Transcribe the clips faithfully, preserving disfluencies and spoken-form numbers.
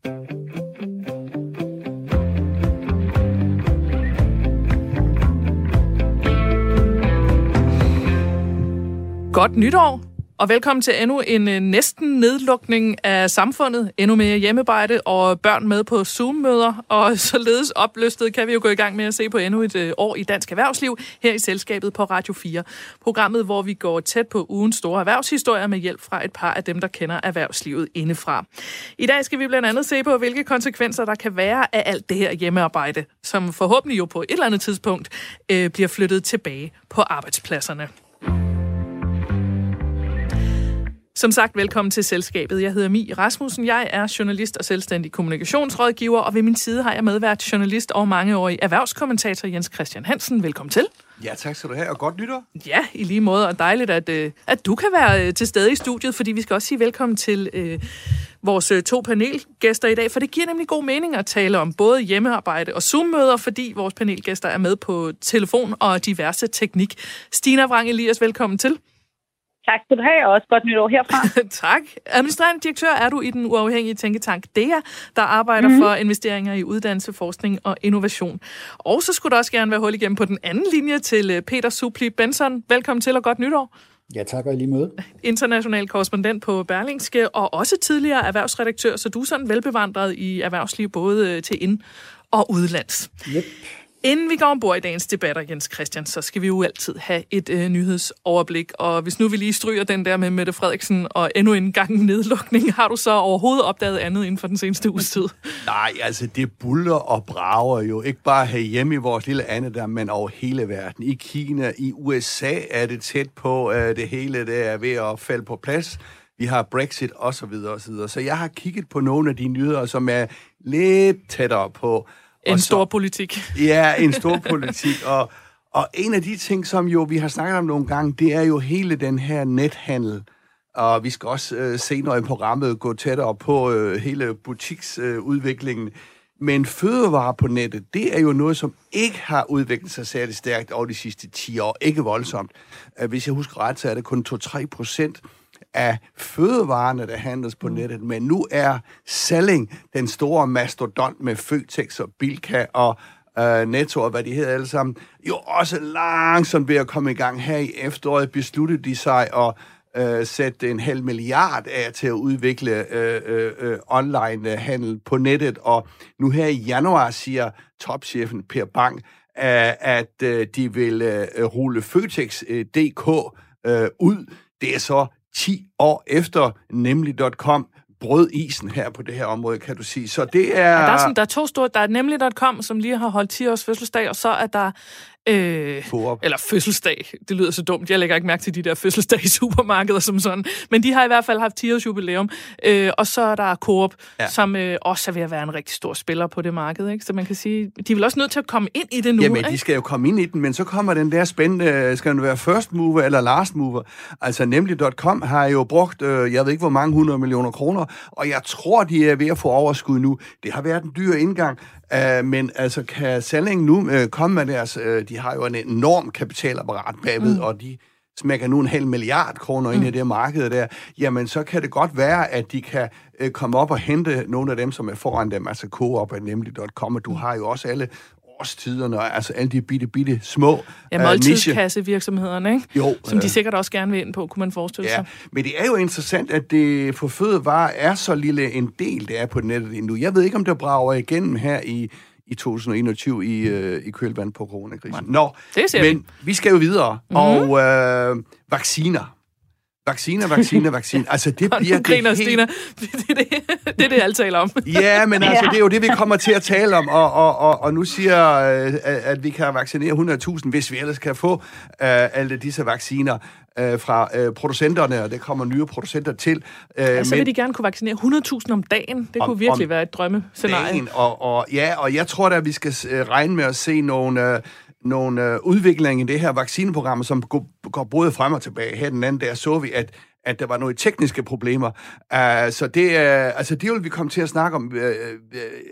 Godt nytår, og velkommen til endnu en uh, næsten nedlukning af samfundet. Endnu mere hjemmearbejde og børn med på Zoom-møder. Og således opløstet kan vi jo gå i gang med at se på endnu et uh, år i dansk erhvervsliv her i selskabet på Radio fire. Programmet, hvor vi går tæt på ugens store erhvervshistorier med hjælp fra et par af dem, der kender erhvervslivet indefra. I dag skal vi blandt andet se på, hvilke konsekvenser der kan være af alt det her hjemmearbejde, som forhåbentlig jo på et eller andet tidspunkt uh, bliver flyttet tilbage på arbejdspladserne. Som sagt, velkommen til selskabet. Jeg hedder Mie Rasmussen. Jeg er journalist og selvstændig kommunikationsrådgiver, og ved min side har jeg medvært journalist og mangeårig erhvervskommentator Jens Christian Hansen. Velkommen til. Ja, tak skal du have, og godt nytår. Ja, i lige måde, og dejligt, at, at du kan være til stede i studiet, fordi vi skal også sige velkommen til øh, vores to panelgæster i dag, for det giver nemlig god mening at tale om både hjemmearbejde og Zoom-møder, fordi vores panelgæster er med på telefon og diverse teknik. Stina Vrang Elias, velkommen til. Tak skal du have, og også godt nytår herfra. Tak. Administrerende direktør er du i den uafhængige tænketank D E A, der arbejder mm-hmm. for investeringer i uddannelse, forskning og innovation. Og så skulle der også gerne være hul igennem på den anden linje til Peter Supli Benson. Velkommen til og godt nytår. Ja, tak og i lige måde. International korrespondent på Berlingske og også tidligere erhvervsredaktør, så du er sådan velbevandret i erhvervsliv både til ind- og udlands. Yep. Inden vi går ombord i dagens debatter, Jens Christian, så skal vi jo altid have et øh, nyhedsoverblik. Og hvis nu vi lige stryger den der med Mette Frederiksen og endnu en gang nedlukning, har du så overhovedet opdaget andet inden for den seneste uges tid? Nej, altså det buller og brager jo ikke bare herhjemme i vores lille Annedam, men over hele verden. I Kina, i U S A er det tæt på, øh, det hele det er ved at falde på plads. Vi har Brexit osv. osv. Så jeg har kigget på nogle af de nyheder, som er lidt tættere på. En så, stor politik. Ja, en stor politik. Og, og en af de ting, som jo vi har snakket om nogle gange, det er jo hele den her nethandel. Og vi skal også øh, senere i programmet gå tættere på øh, hele butiksudviklingen. Øh, Men fødevarer på nettet, det er jo noget, som ikke har udviklet sig særlig stærkt over de sidste ti år. Ikke voldsomt. Hvis jeg husker ret, så er det kun to til tre procent af fødevarerne, der handles på nettet, men nu er Salling, den store mastodont med Føtex og Bilka og øh, Netto og hvad de hedder alle sammen, jo også langsomt ved at komme i gang. Her i efteråret besluttede de sig at øh, sætte en halv milliard af til at udvikle øh, øh, online handel på nettet, og nu her i januar siger topchefen Per Bang, øh, at øh, de vil øh, rulle Føtex punktum d k øh, ud. Det er så ti år efter nemlig punktum com brød isen her på det her område, kan du sige. Så det er... Ja, der, er sådan, der er to store. Der er nemlig punktum com, som lige har holdt ti års fødselsdag, og så er der... Øh, eller fødselsdag. Det lyder så dumt. Jeg lægger ikke mærke til de der fødselsdag i supermarkeder som sådan. Men de har i hvert fald haft ti års jubilæum. Øh, og så er der Coop, ja. som øh, også er ved at være en rigtig stor spiller på det marked. Ikke? Så man kan sige, de er vel også nødt til at komme ind i det nu. Jamen, ikke? de skal jo komme ind i den, men så kommer den der spændende, skal den være first mover eller last mover? Altså nemlig punktum com har jo brugt, øh, jeg ved ikke hvor mange hundrede millioner kroner, og jeg tror, de er ved at få overskud nu. Det har været en dyr indgang. Uh, men altså, kan Salling nu uh, komme med deres... Uh, de har jo en enorm kapitalapparat bagved, mm. og de smækker nu en halv milliard kroner mm. ind i det marked der. Jamen, så kan det godt være, at de kan uh, komme op og hente nogle af dem, som er foran dem, altså Coop og nemlig punktum com, og du har jo også alle årstiderne, altså alle de bitte, bitte små ja, måltidskassevirksomhederne, ikke? Jo. Som de sikkert også gerne vil ind på, kunne man forestille ja, sig. Men det er jo interessant, at det for fødevarer er så lille en del, det er på nettet endnu. Jeg ved ikke, om det brager igennem her i, i to tusind og enogtyve i, øh, i kølvandet på coronakrisen. Nå, men vi. vi skal jo videre. Mm-hmm. Og øh, vacciner. Vacciner, vacciner, vacciner. Altså, det bliver det griner, helt... Stina. Det er det, det, er det alt taler om. Ja, men altså, det er jo det, vi kommer til at tale om. Og, og, og, og nu siger, øh, at vi kan vaccinere hundrede tusind, hvis vi ellers kan få øh, alle disse vacciner øh, fra øh, producenterne, og det kommer nye producenter til. Øh, ja, så vil men, de gerne kunne vaccinere hundrede tusind om dagen. Det om, kunne virkelig være et drømmescenarie. Og, og, ja, og jeg tror da, at vi skal regne med at se nogle... Øh, nogle øh, udvikling i det her vaccineprogram, som går, går både frem og tilbage. Her den anden der så vi, at, at der var nogle tekniske problemer. Uh, så det, uh, altså, det vil vi komme til at snakke om. Uh, uh,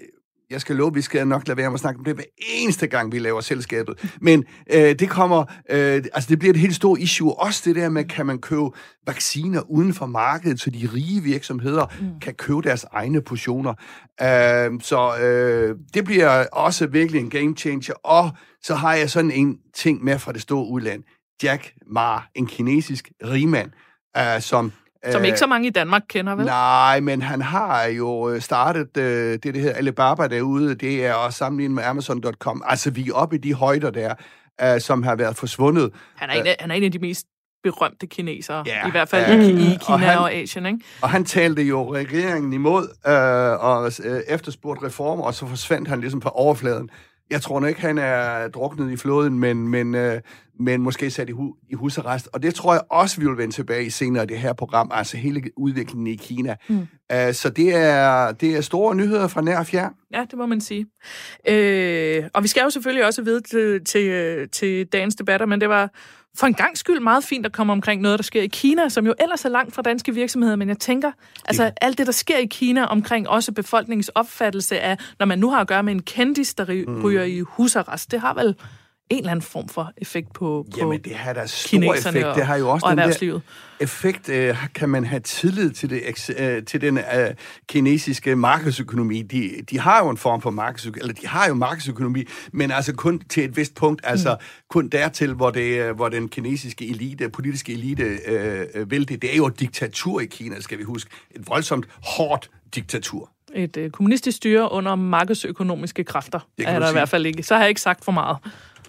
Jeg skal love, vi skal nok lade være med at snakke om det hver eneste gang, vi laver selskabet. Men øh, det kommer, øh, altså det bliver et helt stort issue. Også det der med, kan man købe vacciner uden for markedet, så de rige virksomheder mm. kan købe deres egne portioner. Øh, så øh, det bliver også virkelig en game changer. Og så har jeg sådan en ting med fra det store udland. Jack Ma, en kinesisk rigmand, øh, som... Som ikke så mange i Danmark kender, vel? Nej, men han har jo startet øh, det, det hedder Alibaba derude. Det er også sammenlignet med Amazon punktum com. Altså, vi er oppe i de højder der, øh, som har været forsvundet. Han er en af, han er en af de mest berømte kinesere, ja, i hvert fald øh, i Kina og, han, og Asien, ikke? Og han talte jo regeringen imod øh, og øh, efterspurgte reformer, og så forsvandt han ligesom på overfladen. Jeg tror nok ikke, han er druknet i floden, men, men, øh, men måske sat i, hu- i husarrest. Og det tror jeg også, vi vil vende tilbage i senere i det her program, altså hele udviklingen i Kina. Mm. Uh, så det er, det er store nyheder fra nær og fjern. Ja, det må man sige. Øh, og vi skal jo selvfølgelig også vide til, til, til dagens debatter, men det var for en gang skyld meget fint at komme omkring noget, der sker i Kina, som jo ellers er langt fra danske virksomheder, men jeg tænker, altså ja. alt det, der sker i Kina omkring også befolkningens opfattelse af, når man nu har at gøre med en kendis, der ryger mm. i husarrest, det har vel en eller anden form for effekt på, på Jamen, det har da stor effekt. Og, det har jo også og den erhvervslivet. Der effekt, øh, kan man have tillid til, det, øh, til den øh, kinesiske markedsøkonomi. De, de har jo en form for markedsøkonomi, eller de har jo markedsøkonomi, men altså kun til et vist punkt, altså mm. kun dertil, hvor, det, hvor den kinesiske elite, politiske elite øh, vil det. Det er jo et diktatur i Kina, skal vi huske. Et voldsomt hårdt diktatur. Et øh, kommunistisk styre under markedsøkonomiske kræfter, er der sige. I hvert fald ikke. Så har jeg ikke sagt for meget.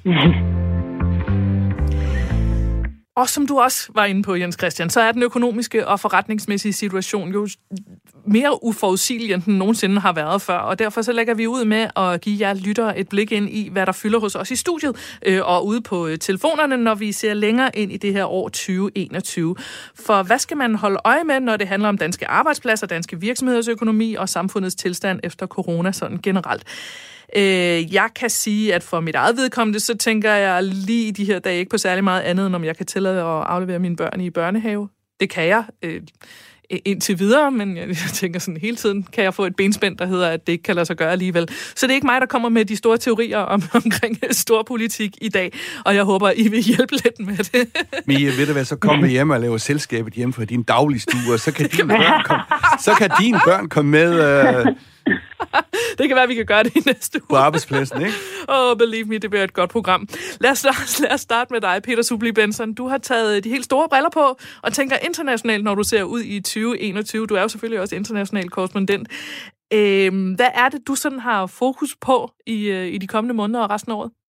Og som du også var inde på, Jens Christian, så er den økonomiske og forretningsmæssige situation jo mere uforudsigelig, end den nogensinde har været før. Og derfor så lægger vi ud med at give jer lyttere et blik ind i, hvad der fylder hos os i studiet øh, og ude på telefonerne, når vi ser længere ind i det her år tyve enogtyve. For hvad skal man holde øje med, når det handler om danske arbejdspladser, danske virksomheders økonomi og samfundets tilstand efter corona sådan generelt? Jeg kan sige, at for mit eget vedkommende, så tænker jeg lige i de her dage ikke på særlig meget andet, end om jeg kan tillade at aflevere mine børn i børnehave. Det kan jeg øh, indtil videre, men jeg, jeg tænker sådan hele tiden, kan jeg få et benspænd, der hedder, at det ikke kan lade sig gøre alligevel. Så det er ikke mig, der kommer med de store teorier om, omkring stor politik i dag, og jeg håber, I vil hjælpe lidt med det. Mia, ved du hvad, så kom vi hjem og lave selskabet hjemme fra din dagligstue, og så kan dine børn komme, så kan dine børn komme med... Øh det kan være, vi kan gøre det i næste uge. På arbejdspladsen, ikke? Oh, believe me, det bliver et godt program. Lad os, lad os starte med dig, Peter Subli Benson. Du har taget de helt store briller på og tænker internationalt, når du ser ud i tyve enogtyve. Du er jo selvfølgelig også international korrespondent. Øh, hvad er det, du sådan har fokus på i, i de kommende måneder og resten af året?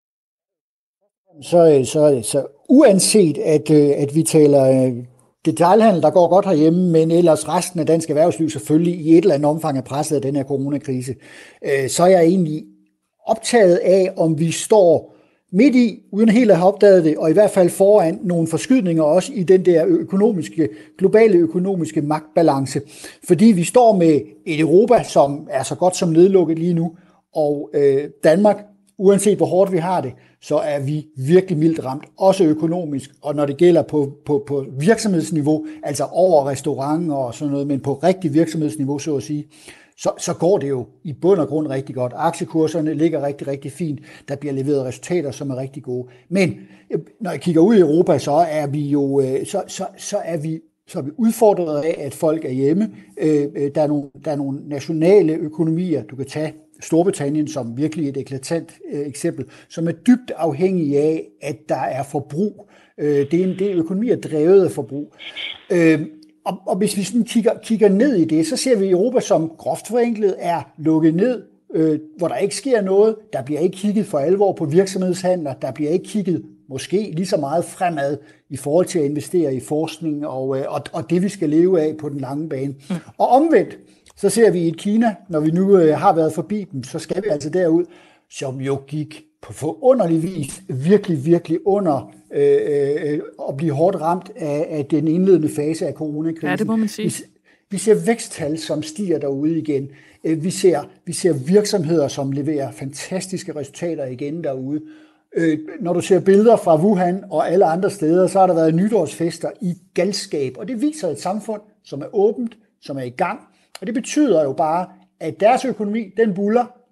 Så, så, så uanset, at, at vi taler... detailhandel, der går godt herhjemme, men ellers resten af dansk erhvervsliv selvfølgelig i et eller andet omfang er presset af den her coronakrise. Så er jeg egentlig optaget af, om vi står midt i, uden helt at have opdaget det, og i hvert fald foran nogle forskydninger også i den der økonomiske, globale økonomiske magtbalance. Fordi vi står med et Europa, som er så godt som nedlukket lige nu, og øh, Danmark, uanset hvor hårdt vi har det, så er vi virkelig mildt ramt, også økonomisk, og når det gælder på, på, på virksomhedsniveau, altså over restauranter og sådan noget, men på rigtig virksomhedsniveau, så at sige, så, så går det jo i bund og grund rigtig godt. Aktiekurserne ligger rigtig, rigtig fint. Der bliver leveret resultater, som er rigtig gode. Men når jeg kigger ud i Europa, så er vi jo så, så, så er vi så er vi udfordret af, at folk er hjemme. Der er nogle, der er nogle nationale økonomier, du kan tage Storbritannien som virkelig et eklatant eksempel, som er dybt afhængig af, at der er forbrug. Det er en del økonomier drevet af forbrug. Og, og hvis vi sådan kigger, kigger ned i det, så ser vi Europa som groft forenklet er lukket ned, øh, hvor der ikke sker noget. Der bliver ikke kigget for alvor på virksomhedshandler. Der bliver ikke kigget måske lige så meget fremad i forhold til at investere i forskning og, og, og det, vi skal leve af på den lange bane. Mm. Og omvendt, så ser vi i et Kina, når vi nu øh, har været forbi dem, så skal vi altså derud, som jo gik på forunderlig vis virkelig, virkelig under øh, øh, at blive hårdt ramt af, af den indledende fase af coronakrisen. Ja, det må man sige. Vi, vi ser væksttal, som stiger derude igen. Vi ser, vi ser virksomheder, som leverer fantastiske resultater igen derude. Øh, når du ser billeder fra Wuhan og alle andre steder, så har der været nytårsfester i galskab. Og det viser et samfund, som er åbent, som er i gang. Og det betyder jo bare, at deres økonomi, den buller,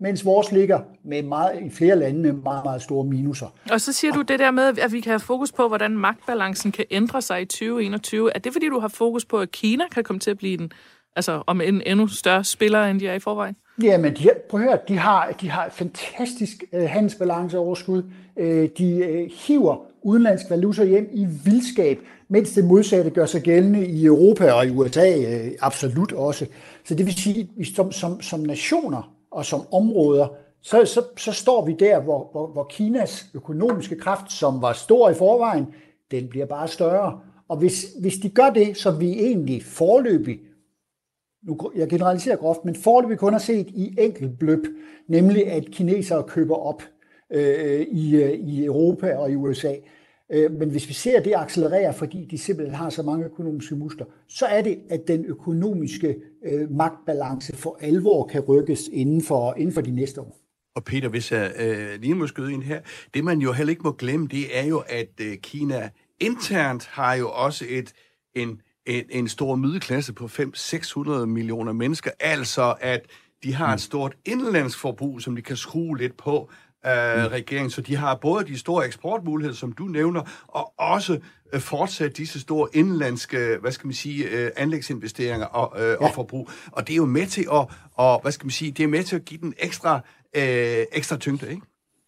mens vores ligger med meget, i flere lande med meget, meget store minuser. Og så siger du det der med, at vi kan have fokus på, hvordan magtbalancen kan ændre sig i tyve enogtyve. Er det, fordi du har fokus på, at Kina kan komme til at blive den, altså om en endnu større spiller, end de er i forvejen? Jamen, de, prøv at høre, de har, de har et fantastisk øh, handelsbalanceoverskud. Øh, de øh, hiver udenlandsk valuta hjem i vildskab, mens det modsatte gør sig gældende i Europa og i U S A øh, absolut også. Så det vil sige, at som, som, som nationer og som områder, så, så, så står vi der, hvor, hvor, hvor Kinas økonomiske kraft, som var stor i forvejen, den bliver bare større. Og hvis, hvis de gør det, som vi egentlig foreløbig, nu, jeg generaliserer groft, men foreløbig kun har set i enkelt bløb, nemlig at kinesere køber op øh, i, i Europa og i U S A. Øh, men hvis vi ser det accelerere, fordi de simpelthen har så mange økonomiske muskler, så er det, at den økonomiske øh, magtbalance for alvor kan rykkes inden for, inden for de næste år. Og Peter, hvis jeg øh, lige må skyde ind her, det man jo heller ikke må glemme, det er jo, at øh, Kina internt har jo også et en En, en stor middelklasse på fem til seks hundrede millioner mennesker, altså at de har et stort indlandsforbrug, som de kan skrue lidt på øh, regeringen, så de har både de store eksportmuligheder, som du nævner, og også øh, fortsat disse store indlandske, hvad skal man sige, øh, anlægsinvesteringer og, øh, ja. og forbrug. Og det er jo med til at, og, hvad skal man sige, det er med til at give den ekstra, øh, ekstra tyngde, ikke?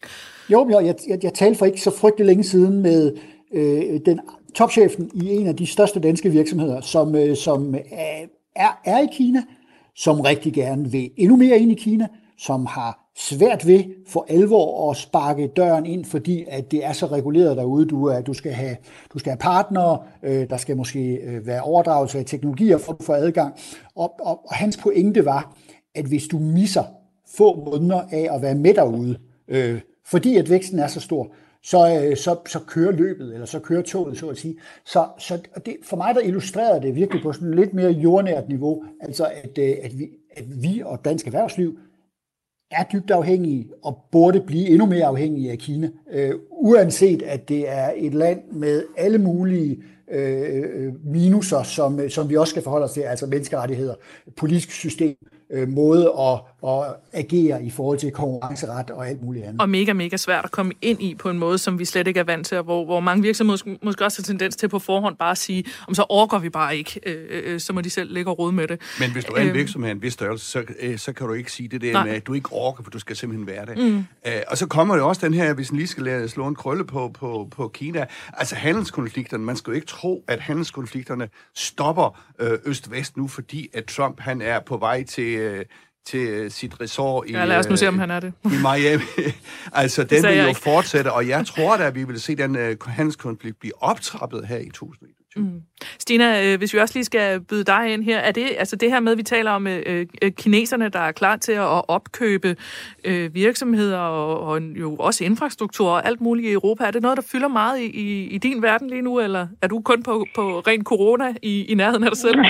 Jo, jeg, jeg, jeg talte for ikke så frygtelig længe siden med øh, den topchefen i en af de største danske virksomheder, som, øh, som er, er i Kina, som rigtig gerne vil endnu mere ind i Kina, som har svært ved for alvor at sparke døren ind, fordi at det er så reguleret derude. Du, er, du, skal, have, du skal have partnere, øh, der skal måske øh, være overdragelse af teknologier for at få adgang. Og, og, og hans pointe var, at hvis du misser få måneder af at være med derude, øh, fordi at væksten er så stor, Så, så, så kører løbet, eller så kører toget, så at sige. Så, så det, for mig, der illustrerer det virkelig på sådan et lidt mere jordnært niveau, altså at, at, vi, at vi og dansk erhvervsliv er dybt afhængige, og burde blive endnu mere afhængige af Kina, øh, uanset at det er et land med alle mulige øh, minuser, som, som vi også skal forholde os til, altså menneskerettigheder, politisk system, øh, måde at, at agere i forhold til konkurrenceret og alt muligt andet. Og mega, mega svært at komme ind i på en måde, som vi slet ikke er vant til, og hvor, hvor mange virksomheder måske, måske også har tendens til på forhånd bare at sige, om så orker vi bare ikke, øh, øh, så må de selv ligge og rode med det. Men hvis du er en virksomhed af en vis størrelse, så, øh, så kan du ikke sige det der Nej. med, at du ikke orker, for du skal simpelthen være det. Mm. Øh, og så kommer det også den her, hvis man lige skal lære, slå en krølle på, på, på Kina, altså handelskonflikterne, man skal jo ikke tro, at handelskonflikterne stopper øh, øst-vest nu, fordi at Trump, han er på vej til... Øh, til sit resort i, ja, lad os nu se, om han er det. i Miami. Altså, den vil jo ikke. fortsætte, og jeg tror da, at vi vil se den uh, handelskonflikt blive optrappet her i to tusind enogtyve. Mm. Stina, øh, hvis vi også lige skal byde dig ind her, er det altså det her med, at vi taler om øh, kineserne, der er klar til at opkøbe øh, virksomheder og, og jo også infrastruktur og alt muligt i Europa, er det noget, der fylder meget i, i, i din verden lige nu, eller er du kun på, på ren corona i, i nærheden af dig selv?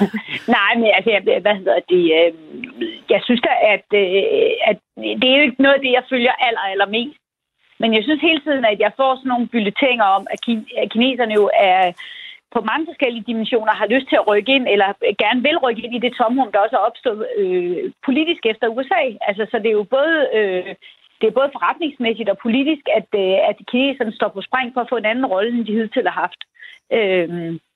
Nej, men altså, jeg, hvad hedder det, øh, jeg synes da, at, øh, at det er jo ikke noget af det, jeg følger aller, allermest. Men jeg synes hele tiden, at jeg får sådan nogle bulletiner om, at, kin- at kineserne jo er på mange forskellige dimensioner har lyst til at rykke ind, eller gerne vil rykke ind i det tomrum, der også er opstået øh, politisk efter U S A. Altså, så det er jo både, øh, det er både forretningsmæssigt og politisk, at, øh, at kineserne står på spring for at få en anden rolle, end de hidtil har haft. Øh,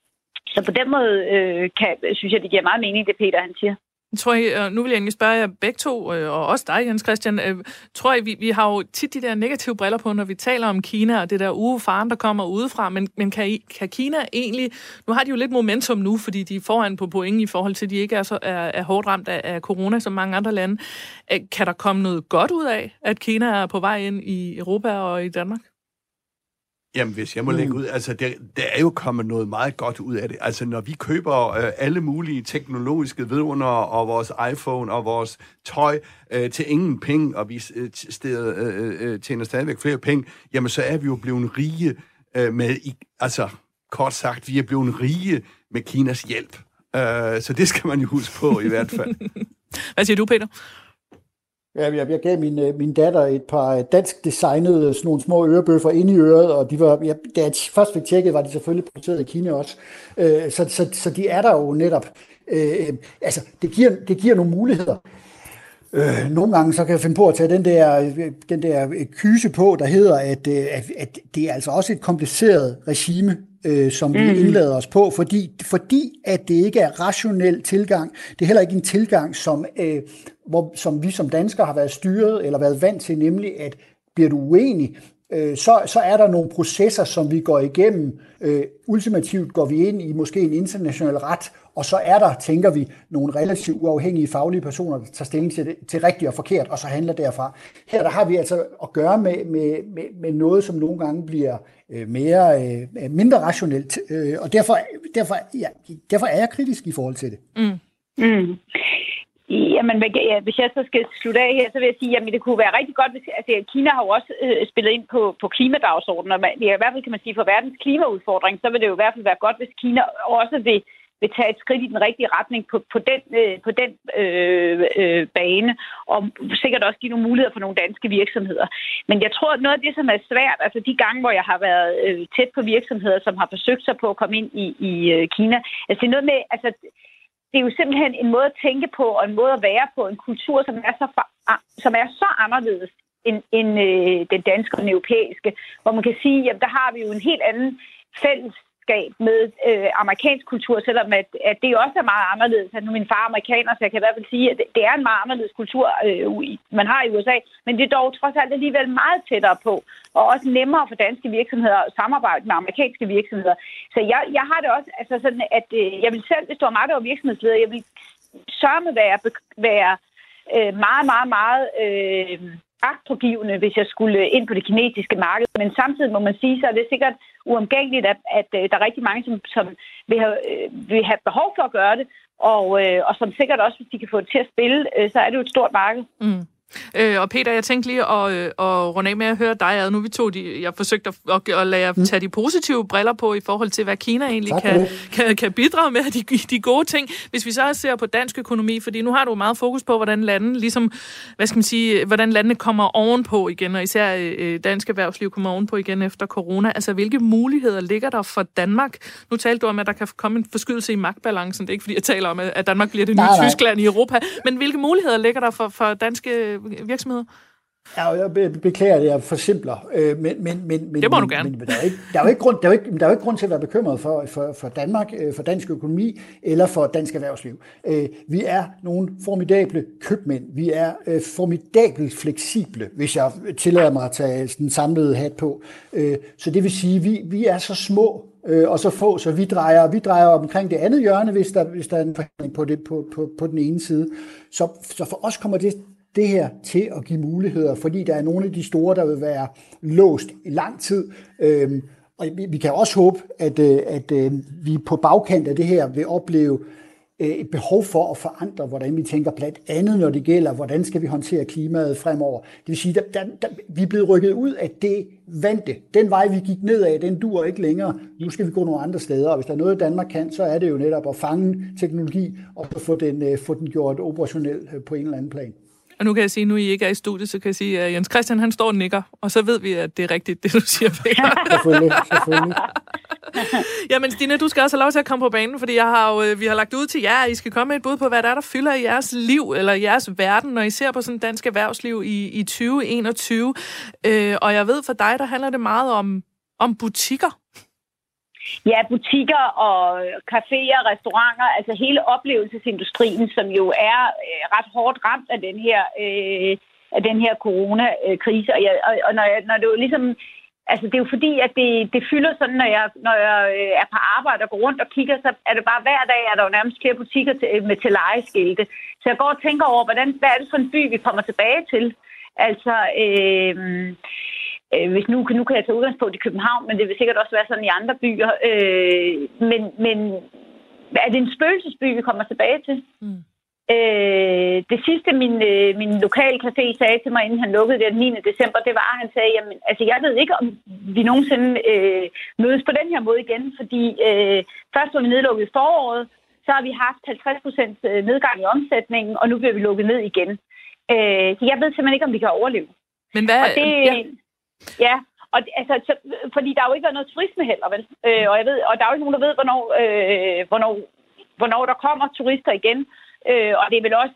så på den måde øh, kan, synes jeg, det giver meget mening, det Peter han siger. Tror I, nu vil jeg egentlig spørge jer begge to, og også dig, Jens Christian, tror I, vi, vi har jo tit de der negative briller på, når vi taler om Kina, og det der ugefaren, der kommer udefra, men, men kan, I, kan Kina egentlig, nu har de jo lidt momentum nu, fordi de er foran på point i forhold til, at de ikke er, så, er, er hårdt ramt af, af corona, som mange andre lande. Kan der komme noget godt ud af, at Kina er på vej ind i Europa og i Danmark? Jamen, hvis jeg må lægge ud, altså, der, der er jo kommet noget meget godt ud af det. Altså, når vi køber øh, alle mulige teknologiske vidunder og vores iPhone og vores tøj øh, til ingen penge, og vi øh, stedet, øh, øh, tjener stadigvæk flere penge, jamen, så er vi jo blevet rige øh, med, i, altså, kort sagt, vi er blevet rige med Kinas hjælp. Øh, så det skal man jo huske på, i hvert fald. Hvad siger du, Peter? Ja, jeg, jeg gav min, min datter et par dansk designede sådan nogle små ørebøffer ind i øret, og de var, jeg, da jeg først fik tjekket, var de selvfølgelig produceret i Kina også. Øh, så, så, så de er der jo netop. Øh, altså, det giver, det giver nogle muligheder. Øh, nogle gange så kan jeg finde på at tage den der, den der kyse på, der hedder, at, at, at det er altså også et kompliceret regime, øh, som vi mm. indlader os på, fordi, fordi at det ikke er rationel tilgang. Det er heller ikke en tilgang, som, øh, hvor, som vi som danskere har været styret eller været vant til, nemlig at bliver du uenig, øh, så, så er der nogle processer, som vi går igennem. Øh, ultimativt går vi ind i måske en international ret, og så er der, tænker vi, nogle relativt uafhængige faglige personer, der tager stilling til, det, til rigtigt og forkert, og så handler derfra. Her der har vi altså at gøre med, med, med, med noget, som nogle gange bliver øh, mere, øh, mindre rationelt, øh, og derfor, derfor, ja, derfor er jeg kritisk i forhold til det. Mm. Mm. Jamen, hvis jeg så skal slutte af her, så vil jeg sige, at det kunne være rigtig godt, hvis altså, Kina har jo også øh, spillet ind på, på klimadagsordenen, og man, i hvert fald kan man sige, for verdens klimaudfordring, så vil det jo i hvert fald være godt, hvis Kina også vil, vil tage et skridt i den rigtige retning på, på den, øh, på den øh, øh, bane, og sikkert også give nogle muligheder for nogle danske virksomheder. Men jeg tror, at noget af det, som er svært, altså de gange, hvor jeg har været øh, tæt på virksomheder, som har forsøgt sig på at komme ind i, i øh, Kina, altså det er noget med, altså det er jo simpelthen en måde at tænke på, og en måde at være på, en kultur, som er så, for, som er så anderledes end, end øh, den danske og den europæiske, hvor man kan sige, at der har vi jo en helt anden fællesskab med øh, amerikansk kultur, selvom at, at det også er meget anderledes. Nu er min far amerikaner, så jeg kan i hvert fald sige, at det er en meget anderledes kultur, øh, man har i U S A, men det er dog trods alt alligevel meget tættere på, og også nemmere for danske virksomheder at samarbejde med amerikanske virksomheder. Så jeg, jeg har det også altså sådan, at øh, jeg vil selv, hvis det var mig, der var virksomhedsleder, jeg vil sørge med være, være øh, meget, meget, meget øh, agtpågivende, hvis jeg skulle ind på det kinesiske marked. Men samtidig må man sige, så er det sikkert uomgængeligt, at, at øh, der er rigtig mange, som, som vil, have, øh, vil have behov for at gøre det, og, øh, og som sikkert også, hvis de kan få det til at spille, øh, så er det jo et stort marked. Mm. Øh, og Peter, jeg tænkte lige at, øh, at runde af med at høre dig. Nu vi tog de, jeg forsøgte at, at, at lade jer tage de positive briller på i forhold til, hvad Kina egentlig kan, kan, kan bidrage med, de, de gode ting. Hvis vi så ser på dansk økonomi, fordi nu har du meget fokus på, hvordan landene, ligesom, hvad skal man sige, hvordan landene kommer ovenpå igen, og især øh, dansk erhvervsliv kommer ovenpå igen efter corona. Altså, hvilke muligheder ligger der for Danmark? Nu talte du om, at der kan komme en forskydelse i magtbalancen. Det er ikke, fordi jeg taler om, at Danmark bliver det nye nej, nej. Tyskland i Europa. Men hvilke muligheder ligger der for, for danske virksomheder? Ja, jeg beklager det, jeg forsimpler. Øh, men, men, men, det må men, du gerne. Men, men der er jo ikke, der er jo ikke grund, der er jo ikke, der er jo ikke grund til at være bekymret for, for, for Danmark, for dansk økonomi eller for dansk erhvervsliv. Øh, vi er nogle formidable købmænd. Vi er øh, formidabelt fleksible, hvis jeg tillader mig at tage den samlede hat på. Øh, så det vil sige, at vi, vi er så små øh, og så få, så vi drejer, vi drejer omkring det andet hjørne, hvis der, hvis der er en forhandling på, det, på, på, på den ene side. Så, så for os kommer det det her til at give muligheder, fordi der er nogle af de store, der vil være låst i lang tid. Øhm, og vi kan også håbe, at, at, at vi på bagkant af det her vil opleve et behov for at forandre, hvordan vi tænker blandt andet, når det gælder, hvordan skal vi håndtere klimaet fremover. Det vil sige, at vi er blevet rykket ud af det vante. Den vej, vi gik ned af, den duer ikke længere. Nu skal vi gå nogle andre steder, og hvis der er noget, Danmark kan, så er det jo netop at fange teknologi og få den, få den gjort operationel på en eller anden plan. Og nu kan jeg sige, nu I ikke er i studiet, så kan jeg sige, at Jens Christian, han står og nikker, og så ved vi, at det er rigtigt, det du siger, Peter. Selvfølgelig, selvfølgelig. Jamen, Stine, du skal også have lov til at komme på banen, fordi jeg har jo, vi har lagt ud til jer, at I skal komme med et bud på, hvad der er, der fylder i jeres liv, eller jeres verden, når I ser på sådan dansk erhvervsliv i, i tyve enogtyve. Øh, og jeg ved, for dig, der handler det meget om, om butikker. Ja, butikker og caféer, restauranter, altså hele oplevelsesindustrien, som jo er øh, ret hårdt ramt af den her, øh, af den her coronakrise. Og, jeg, og, og når, jeg, når det jo ligesom, altså det er jo fordi, at det, det fylder sådan, når jeg, når jeg er på arbejde og går rundt og kigger, så er det bare hver dag, at der jo nærmest flere butikker til, med til lejeskilte. Så jeg går og tænker over, hvordan, hvad er det for en by, vi kommer tilbage til? Altså, øh, Hvis nu, nu kan jeg tage udgangspunkt i København, men det vil sikkert også være sådan i andre byer. Øh, men, men er det en spøgelsesby, vi kommer tilbage til? Mm. Øh, det sidste, min, min lokale café sagde til mig, inden han lukkede det den niende december, det var, at han sagde, jamen, altså jeg ved ikke, om vi nogensinde øh, mødes på den her måde igen, fordi øh, først var vi nedlukket i foråret, så har vi haft halvtreds procent nedgang i omsætningen, og nu bliver vi lukket ned igen. Øh, så jeg ved simpelthen ikke, om vi kan overleve. Men hvad... Og det, ja. Ja, og altså, så, fordi der er jo ikke været noget turisme heller, vel? Øh, og, jeg ved, og der er jo ikke nogen, der ved, hvornår, øh, hvornår, hvornår der kommer turister igen. Øh, og det er vel også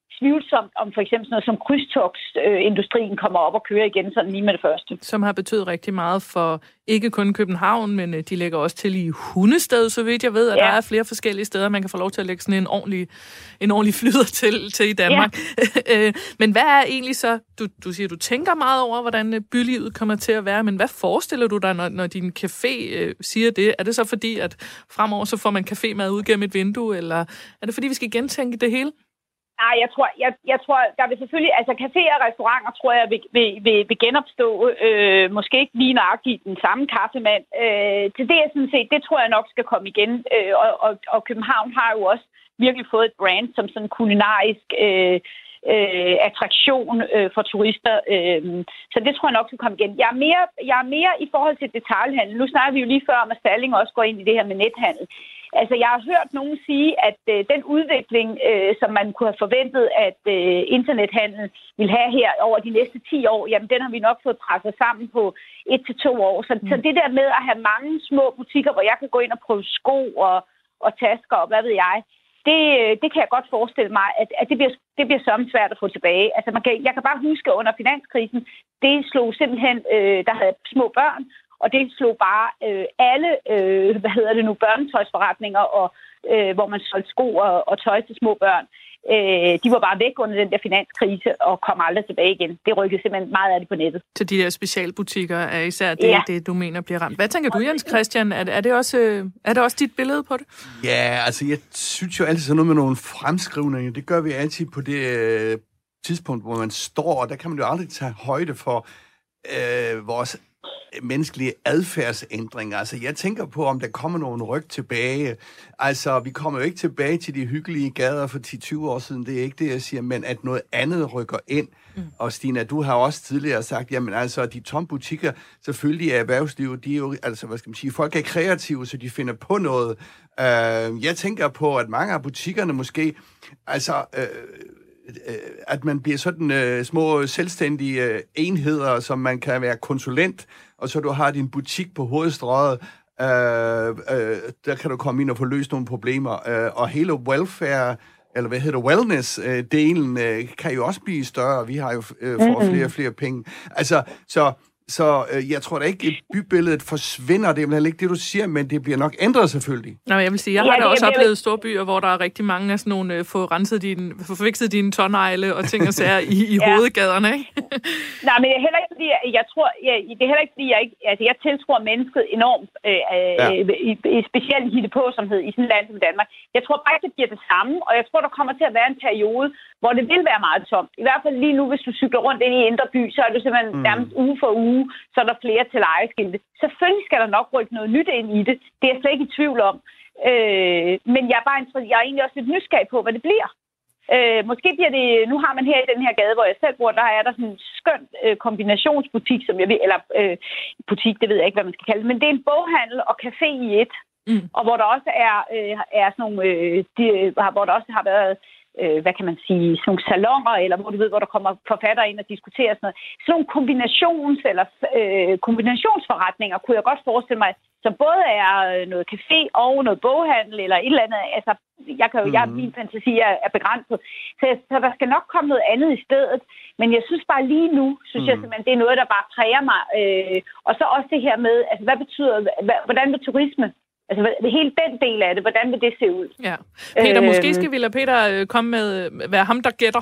tvivlsomt, om for eksempel sådan noget som krydstogtsindustrien kommer op og kører igen sådan lige med det første. Som har betydet rigtig meget for ikke kun København, men de lægger også til i Hundested, så vidt jeg ved, at ja. Der er flere forskellige steder, man kan få lov til at lægge sådan en ordentlig, en ordentlig flyder til, til i Danmark. Ja. Men hvad er egentlig så, du, du siger, du tænker meget over, hvordan bylivet kommer til at være, men hvad forestiller du dig, når, når din café øh, siger det? Er det så fordi, at fremover så får man cafémad ud gennem et vindue, eller er det fordi, vi skal gentænke det hele? Nej, jeg tror, jeg, jeg tror, der vil selvfølgelig, altså caféer og restauranter, tror jeg, vil, vil, vil, vil genopstå. Øh, måske ikke lige nøjagtigt den samme kaffemand. Øh, til det, jeg sådan set, det tror jeg nok skal komme igen. Øh, og, og, og København har jo også virkelig fået et brand som sådan en kulinarisk øh, øh, attraktion øh, for turister. Øh, så det tror jeg nok skal komme igen. Jeg er mere, jeg er mere i forhold til detailhandel. Nu snakker vi jo lige før om, at Salling også går ind i det her med nethandel. Altså, jeg har hørt nogen sige, at øh, den udvikling, øh, som man kunne have forventet, at øh, internethandel vil have her over de næste ti år, jamen, den har vi nok fået presset sammen på et til to år. Så, mm. så det der med at have mange små butikker, hvor jeg kan gå ind og prøve sko og, og tasker og hvad ved jeg, det, det kan jeg godt forestille mig, at, at det bliver, det bliver sådan svært at få tilbage. Altså, man kan, jeg kan bare huske, under finanskrisen, det slog simpelthen, øh, der havde små børn, og det slog bare øh, alle, øh, hvad hedder det nu, børnetøjsforretninger, og, øh, hvor man solgte sko og, og tøj til små børn. Øh, de var bare væk under den der finanskrise og kom aldrig tilbage igen. Det rykkede simpelthen meget af det på nettet. Så de der specialbutikker er især det, ja. det, du mener bliver ramt. Hvad tænker du, Jens Christian? Er, er, det også, er det også dit billede på det? Ja, altså jeg synes jo altid sådan noget med nogle fremskrivninger. Det gør vi altid på det øh, tidspunkt, hvor man står, og der kan man jo aldrig tage højde for øh, vores menneskelige adfærdsændringer. Altså, jeg tænker på, om der kommer nogle ryg tilbage. Altså, vi kommer jo ikke tilbage til de hyggelige gader for ti til tyve år siden. Det er ikke det, jeg siger, men at noget andet rykker ind. Mm. Og Stina, du har også tidligere sagt, jamen altså, de tomme butikker, selvfølgelig er erhvervslivet, de er jo, altså, hvad skal man sige, folk er kreative, så de finder på noget. Uh, jeg tænker på, at mange af butikkerne måske, altså, uh, at man bliver sådan øh, små selvstændige øh, enheder, som man kan være konsulent, og så du har din butik på Hovedstrøget, øh, øh, der kan du komme ind og få løst nogle problemer, øh, og hele welfare, eller hvad hedder det, wellness-delen øh, kan jo også blive større, vi har jo øh, får flere og flere penge. Altså, så Så øh, jeg tror da ikke, at bybilledet forsvinder. Det er vel ikke det, du siger, men det bliver nok ændret selvfølgelig. Nå, jeg vil sige, jeg har ja, da også oplevet store byer, hvor der er rigtig mange af sådan nogle, øh, få renset din, få forvekslet dine tårnegle og ting og sager i, i ja. hovedgaderne, ikke? Nej, men det er heller ikke, fordi jeg, jeg tror, jeg, det er heller ikke, fordi jeg ikke, altså jeg tiltror mennesket enormt, øh, ja. øh, i, i specielt hittepåsomhed i sådan et land som Danmark. Jeg tror bare ikke, det bliver det samme, og jeg tror, der kommer til at være en periode, hvor det vil være meget tomt. I hvert fald lige nu, hvis du cykler rundt ind i Indre By, så er det simpelthen mm. nærmest uge for uge, så er der flere til lejeskilte. Selvfølgelig skal der nok rykke noget nyt ind i det. Det er jeg slet ikke i tvivl om. Øh, men jeg er bare jeg er egentlig også lidt nysgerrig på, hvad det bliver. Øh, måske bliver det, nu har man her i den her gade, hvor jeg selv bor, der er der sådan en skøn øh, kombinationsbutik, som jeg ved, eller øh, butik, det ved jeg ikke, hvad man skal kalde det, men det er en boghandel og café i et. Mm. Og hvor der også er, øh, er sådan nogle, øh, de, hvor der også har været øh, hvad kan man sige, sådan nogle salonger, eller hvor du ved, hvor der kommer forfattere ind og diskuterer sådan noget. Sådan nogle kombinations- eller øh, kombinationsforretninger kunne jeg godt forestille mig, som både er noget café og noget boghandel, eller et eller andet. Altså, jeg kan jo, mm. jeg, min fantasi er, er begrænset. Så, så der skal nok komme noget andet i stedet. Men jeg synes bare lige nu, synes mm. jeg simpelthen, det er noget, der bare præger mig. Øh, og så også det her med, altså, hvad betyder, hvad, hvordan vil turisme? Altså, hele den del af det, hvordan vil det se ud? Ja. Peter, øh, måske skal vi lade Peter komme med, være ham, der gætter.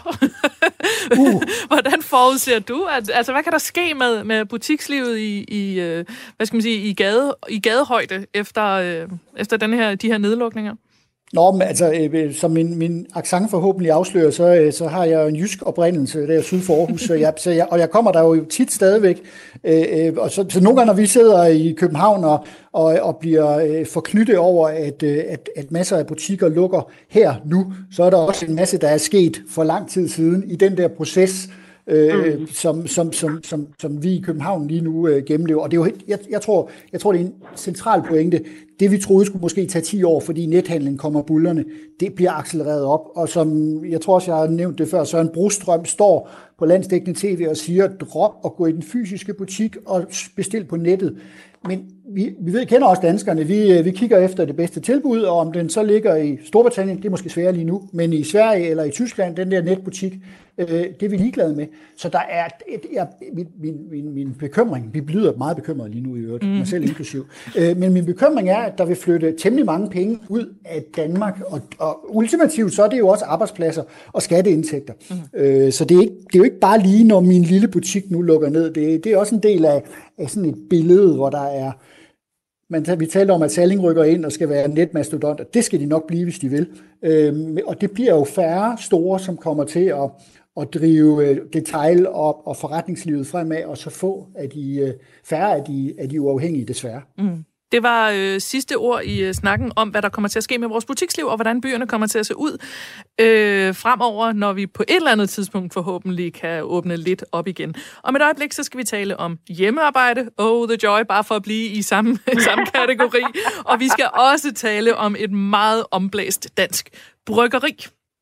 uh. Hvordan forudser du? At, altså, hvad kan der ske med, med butikslivet i, i, hvad skal man sige, i, gade, i gadehøjde efter, efter den her, de her nedlukninger? Nå, men altså, øh, som min, min accent forhåbentlig afslører, så, øh, så har jeg en jysk oprindelse, der er syd for Aarhus, så jeg, så jeg, og jeg kommer der jo tit stadigvæk. Øh, og så, så nogle gange, når vi sidder i København og, og, og bliver øh, forknyttet over, at, øh, at, at masser af butikker lukker her nu, så er der også en masse, der er sket for lang tid siden i den der proces, Øh, mm. som, som, som, som, som vi i København lige nu øh, gennemlever. Og det er jo, jeg, jeg, tror, jeg tror, det er en central pointe. Det, vi troede skulle måske tage ti år, fordi nethandlen kommer bullerne, det bliver accelereret op. Og som jeg tror også, jeg har nævnt det før, Søren Brostrøm står på landsdækkende tv og siger, drop at gå i den fysiske butik og bestil på nettet. men vi, vi ved, kender også danskerne. Vi, vi kigger efter det bedste tilbud, og om den så ligger i Storbritannien, det er måske sværere lige nu, men i Sverige eller i Tyskland, den der netbutik, øh, det er vi ligeglade med. Så der er et, jeg, min, min, min, min bekymring, vi bliver meget bekymrede lige nu i øvrigt, mm. mig selv inklusiv, øh, men min bekymring er, at der vil flytte temmelig mange penge ud af Danmark, og, og ultimativt så er det jo også arbejdspladser og skatteindtægter. Mm. Øh, så det er, ikke, det er jo ikke bare lige, når min lille butik nu lukker ned. Det, det er også en del af, af sådan et billede, hvor der er. Men vi talte om, at Salling rykker ind og skal være netmastodont, og det skal de nok blive, hvis de vil. Øhm, og det bliver jo færre store, som kommer til at, at drive detail- og, og forretningslivet fremad, og så få af de færre af de, af de uafhængige, desværre. Mm. Det var øh, sidste ord i øh, snakken om, hvad der kommer til at ske med vores butiksliv, og hvordan byerne kommer til at se ud øh, fremover, når vi på et eller andet tidspunkt forhåbentlig kan åbne lidt op igen. Om et øjeblik, så skal vi tale om hjemmearbejde. Oh, the joy, bare for at blive i samme, samme kategori. Og vi skal også tale om et meget omblæst dansk bryggeri.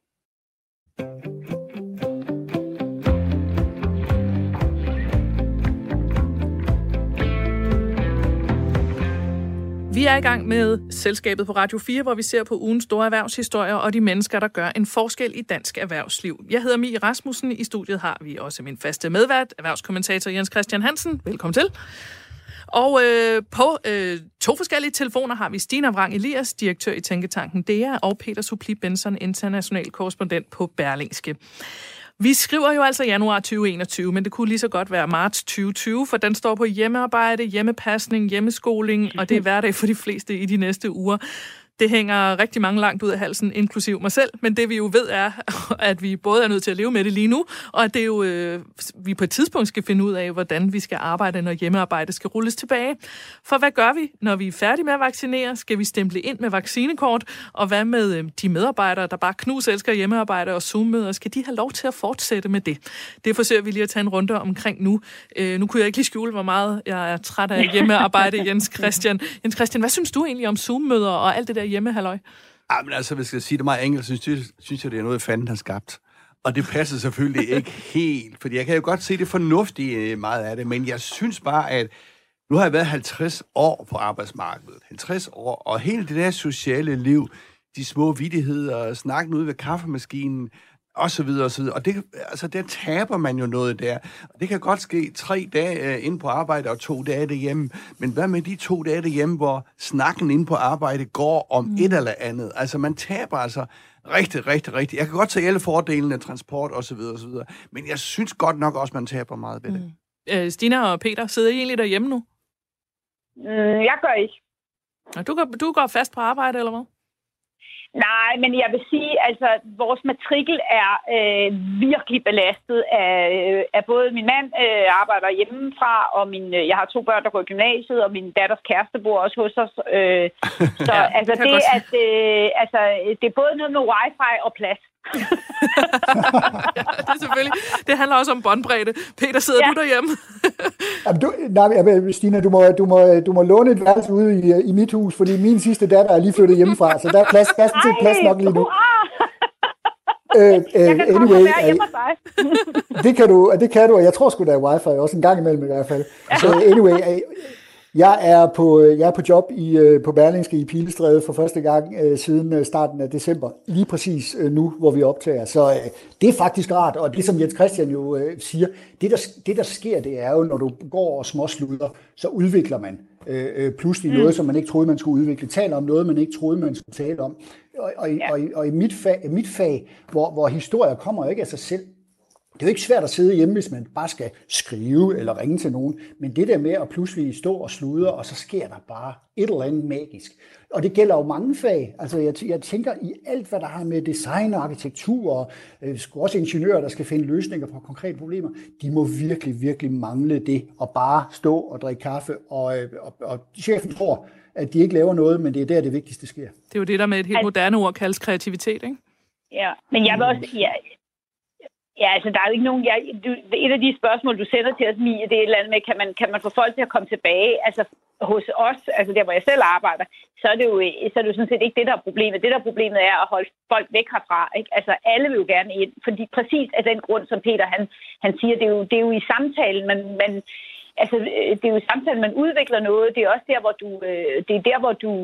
Vi er i gang med Selskabet på Radio fire, hvor vi ser på ugens store erhvervshistorier og de mennesker, der gør en forskel i dansk erhvervsliv. Jeg hedder Mie Rasmussen. I studiet har vi også min faste medvært, erhvervskommentator Jens Christian Hansen. Velkommen til. Og øh, på øh, to forskellige telefoner har vi Stina Vrang Elias, direktør i Tænketanken D E A, og Peter Supli Benson, international korrespondent på Berlingske. Vi skriver jo altså januar tyve enogtyve, men det kunne lige så godt være marts tyve tyve, for den står på hjemmearbejde, hjemmepasning, hjemmeskoling, og det er hverdag for de fleste i de næste uger. Det hænger rigtig mange langt ud af halsen, inklusiv mig selv, men det vi jo ved er, at vi både er nødt til at leve med det lige nu, og at det jo, øh, vi på et tidspunkt skal finde ud af, hvordan vi skal arbejde, når hjemmearbejde skal rulles tilbage. For hvad gør vi, når vi er færdige med at vaccinere? Skal vi stemple ind med vaccinekort? Og hvad med øh, de medarbejdere, der bare knus elsker hjemmearbejde og Zoom-møder? Skal de have lov til at fortsætte med det? Det forsøger vi lige at tage en runde omkring nu. Øh, nu kunne jeg ikke lige skjule, hvor meget jeg er træt af hjemmearbejde, Jens Christian. Jens Christian, hvad synes du egentlig om Zoom-møder og alt det der hjemmehalløj? Ja, men altså, hvis jeg skal sige det meget enkelt, så synes, synes jeg, det er noget, fanden har skabt. Og det passer selvfølgelig ikke helt, fordi jeg kan jo godt se det fornuftige meget af det, men jeg synes bare, at nu har jeg været halvtreds år på arbejdsmarkedet. halvtreds år, og hele det der sociale liv, de små vittigheder, snakken ude ved kaffemaskinen, og så videre, og så videre. Og det, altså, der taber man jo noget der. Og det kan godt ske tre dage inde på arbejde og to dage derhjemme. Men hvad med de to dage derhjemme, hvor snakken inde på arbejde går om mm. et eller andet? Altså, man taber altså rigtig, rigtig, rigtig. Jeg kan godt se alle fordelene af transport og så videre, og så videre. Men jeg synes godt nok også, man taber meget ved det. Mm. Øh, Stina og Peter, sidder I egentlig derhjemme nu? Mm, jeg gør ikke. Du går, du går fast på arbejde, eller hvad? Nej, men jeg vil sige, altså, vores matrikel er øh, virkelig belastet af, øh, af både min mand øh, arbejder hjemmefra, og min, øh, jeg har to børn, der går i gymnasiet, og min datters kæreste bor også hos os. Øh, så ja, altså, det, at, øh, altså, det er både noget med wifi og plads. Ja, det er selvfølgelig. Det handler også om båndbredde. Peter, sidder ja. du derhjemme? Jamen, du, nej, Stina, du må, du, må, du må låne et værelse ude i, i mit hus, fordi min sidste datter er lige flyttet hjemmefra, så der er plads, plads til plads nok lige nu. Øh, øh, jeg kan anyway, komme være hjemme hos dig. det, kan du, det kan du, og jeg tror sgu, der er wifi også en gang imellem i hvert fald. Så anyway, jeg er på, jeg er på job i, på Berlingske i Pilestræde for første gang øh, siden starten af december, lige præcis øh, nu, hvor vi optager. Så øh, det er faktisk rart, og det som Jens Christian jo øh, siger, det der, det der sker, det er jo, når du går og småsluder, så udvikler man øh, pludselig mm. noget, som man ikke troede, man skulle udvikle. Taler om noget, man ikke troede, man skulle tale om. Og, og, ja. og, og i mit fag, mit fag hvor, hvor historier kommer jo ikke af sig selv. Det er jo ikke svært at sidde hjemme, hvis man bare skal skrive eller ringe til nogen, men det der med at pludselig stå og sludre, og så sker der bare et eller andet magisk. Og det gælder jo mange fag. Altså jeg, jeg tænker i alt, hvad der har med design og arkitektur, og øh, også ingeniører, der skal finde løsninger på konkrete problemer, de må virkelig, virkelig mangle det, at bare stå og drikke kaffe, og, øh, og, og chefen tror, at de ikke laver noget, men det er der, det vigtigste sker. Det er jo det, der med et helt moderne ord kaldes kreativitet, ikke? Ja, men jeg vil også... Ja. Ja, altså der er jo ikke nogen... Jeg, du, et af de spørgsmål, du sender til os, Mie, det er et eller andet med, kan man, kan man få folk til at komme tilbage? Altså hos os, altså der, hvor jeg selv arbejder, så er det jo, så er det jo sådan set ikke det, der er problemet. Det, der er problemet, er at holde folk væk herfra, ikke? Altså alle vil jo gerne ind, fordi præcis af den grund, som Peter han, han siger, det er, jo, det er jo i samtalen, man, man, altså, det er jo samtidig, man udvikler noget. Det er også der, hvor du, det er der, hvor du,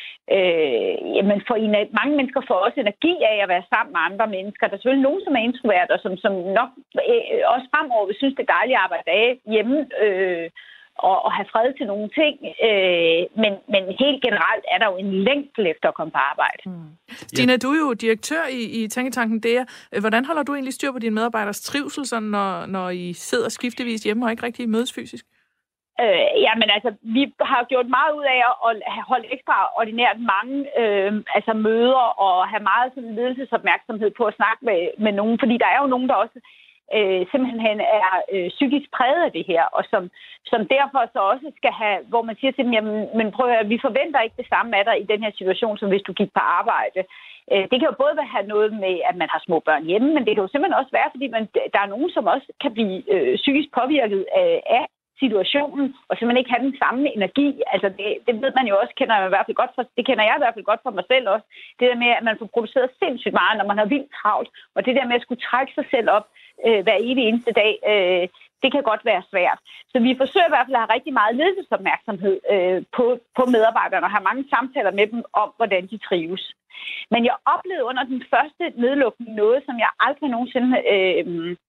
øh, jamen, for mange mennesker får også energi af at være sammen med andre mennesker. Der er selvfølgelig nogen, som er introvert, og som, som nok øh, også fremover vil synes, det er dejligt at arbejde af hjemme, øh, Og, og have fred til nogle ting. Øh, men, men helt generelt er der jo en længsel efter at komme på arbejde. Mm. Stina, du er jo direktør i, i Tænketanken D E A. Hvordan holder du egentlig styr på dine medarbejderes trivsel, sådan når, når I sidder skiftevis hjemme og ikke rigtig mødes fysisk? Øh, jamen altså, vi har gjort meget ud af at holde ekstraordinært mange øh, altså møder og have meget sådan ledelsesopmærksomhed på at snakke med, med nogen. Fordi der er jo nogen, der også Øh, simpelthen er øh, psykisk præget af det her, og som, som derfor så også skal have, hvor man siger til dem, jamen, men prøv at høre, vi forventer ikke det samme af dig i den her situation, som hvis du gik på arbejde. Øh, det kan jo både have noget med, at man har små børn hjemme, men det kan jo simpelthen også være, fordi man, der er nogen, som også kan blive øh, psykisk påvirket øh, af situationen, og simpelthen ikke have den samme energi. Altså det, det ved man jo også, kender jeg i hvert fald godt for, det kender jeg i hvert fald godt for mig selv også. Det der med, at man får produceret sindssygt meget, når man har vildt travlt, og det der med at skulle trække sig selv op øh, hver evig eneste dag, øh, det kan godt være svært. Så vi forsøger i hvert fald at have rigtig meget ledelsesopmærksomhed øh, på, på medarbejderne, og have mange samtaler med dem om, hvordan de trives. Men jeg oplevede under den første nedlukning noget, som jeg aldrig nogensinde øh,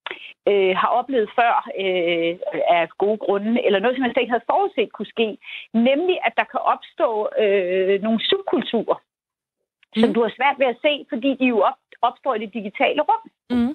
øh, har oplevet før øh, af gode grunde, eller noget, som jeg slet ikke havde forudset kunne ske, nemlig at der kan opstå øh, nogle subkulturer, mm. som du har svært ved at se, fordi de jo op, opstår i det digitale rum. Mm.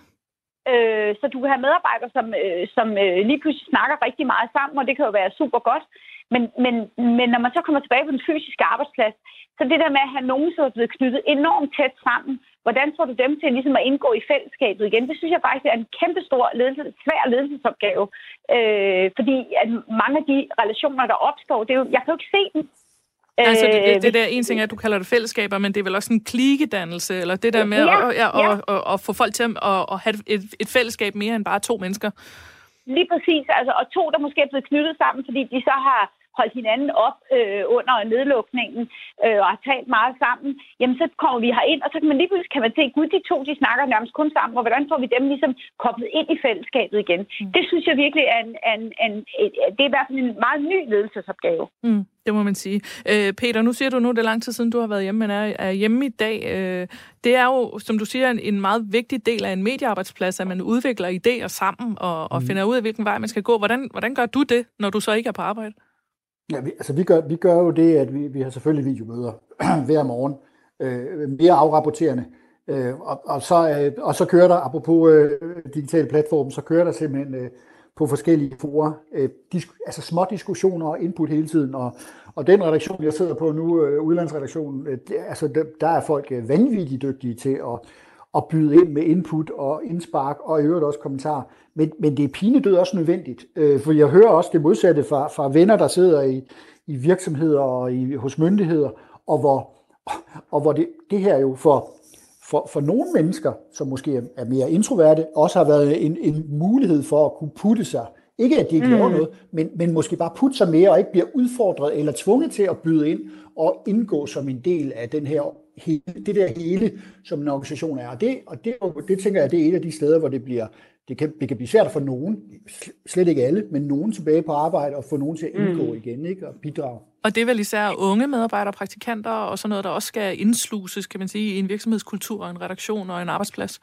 Øh, så du kan have medarbejdere, som, øh, som øh, lige pludselig snakker rigtig meget sammen, og det kan jo være super godt. Men, men, men når man så kommer tilbage på den fysiske arbejdsplads, så det der med at have nogen, som er blevet knyttet enormt tæt sammen, hvordan får du dem til ligesom at indgå i fællesskabet igen? Det synes jeg faktisk er en kæmpe stor ledelse, svær ledelsesopgave. Øh, fordi at mange af de relationer, der opstår, det er jo, jeg kan jo ikke se dem. Altså det, det, det der en ting er, at du kalder det fællesskaber, men det er vel også en klikedannelse, eller det der med ja, at, ja, ja. At, at, at få folk til at, at have et, et fællesskab mere end bare to mennesker. Lige præcis, altså, og to, der måske er blevet knyttet sammen, fordi de så har holdt hinanden op øh, under nedlukningen øh, og har talt meget sammen, jamen så kommer vi herind, og så kan man lige pludselig kan man se, gud, de to, de snakker nærmest kun sammen, og hvordan får vi dem ligesom koblet ind i fællesskabet igen? Mm. Det synes jeg virkelig er en, en, en, en, det er i hvert fald en meget ny ledelsesopgave. Mm, det må man sige. Øh, Peter, nu siger du nu, det er lang tid siden, du har været hjemme, men er, er hjemme i dag. Øh, det er jo, som du siger, en, en meget vigtig del af en mediearbejdsplads, at man udvikler idéer sammen og, og mm. finder ud af, hvilken vej man skal gå. Hvordan, hvordan gør du det, når du så ikke er på arbejde? Ja, vi, altså vi gør, vi gør jo det, at vi, vi har selvfølgelig videomøder hver morgen, øh, mere afrapporterende, øh, og, og, så, øh, og så kører der, apropos øh, digitale platforme, så kører der simpelthen øh, på forskellige forer, øh, disk, altså små diskussioner og input hele tiden, og, og den redaktion, jeg sidder på nu, øh, udlandsredaktionen, øh, det, altså der, der er folk øh, vanvittigt dygtige til at, at byde ind med input og indspark, og i øvrigt også kommentarer. Men, men det er pinedød også nødvendigt, øh, for jeg hører også det modsatte fra, fra venner, der sidder i, i virksomheder og i, hos myndigheder, og hvor, og hvor det, det her jo for, for, for nogle mennesker, som måske er mere introverte, også har været en, en mulighed for at kunne putte sig. Ikke at de ikke laver mm. noget, men, men måske bare putte sig mere og ikke bliver udfordret eller tvunget til at byde ind og indgå som en del af den her, det der hele, som en organisation er. Og det, og det, det tænker jeg, det er et af de steder, hvor det bliver Det kan, det kan blive svært for nogen, slet ikke alle, men nogen tilbage på arbejde og få nogen til at indgå mm. igen, ikke, og bidrage. Og det er vel især unge medarbejdere, praktikanter og sådan noget, der også skal indsluses, kan man sige, i en virksomhedskultur, en redaktion og en arbejdsplads.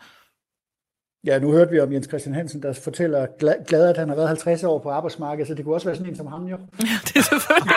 Ja, nu hørte vi om Jens Christian Hansen, der fortæller glad, at han har været halvtreds år på arbejdsmarkedet, så det kunne også være sådan en som ham, jo. Ja, det er selvfølgelig.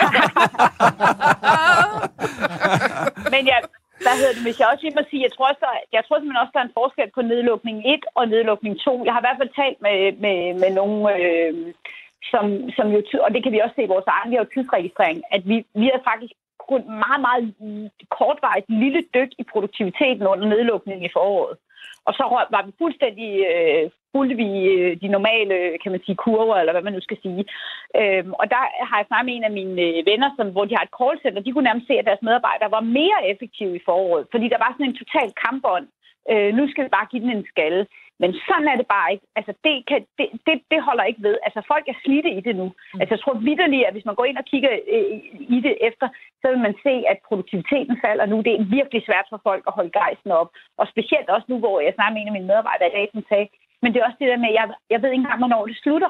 Men ja, hvad hedder det, hvis jeg også lige må sige, jeg tror, også, jeg tror simpelthen også, der er en forskel på nedlukning et og nedlukning to. Jeg har i hvert fald talt med, med, med nogle, øh, som, som jo, og det kan vi også se i vores egen, vi har jo tidsregistrering, at vi, vi har faktisk kun meget, meget kortvarigt lille dyk i produktiviteten under nedlukningen i foråret. Og så var vi fuldstændig, øh, fulgte vi øh, de normale, kan man sige, kurver, eller hvad man nu skal sige. Øhm, og der har jeg snakket med en af mine venner, som, hvor de har et callcenter, de kunne nærmest se, at deres medarbejdere var mere effektive i foråret, fordi der var sådan en total kampånd. Øh, nu skal vi bare give den en skalle. Men sådan er det bare ikke. Altså, det, kan, det, det, det holder ikke ved. Altså, folk er slidte i det nu. Mm. Altså, jeg tror vitterligt, at hvis man går ind og kigger øh, i det efter, så vil man se, at produktiviteten falder nu. Det er virkelig svært for folk at holde gejsten op. Og specielt også nu, hvor jeg snakker med en af mine medarbejdere i dag, som sagde, men det er også det der med, at jeg, jeg ved ikke engang, hvornår det slutter.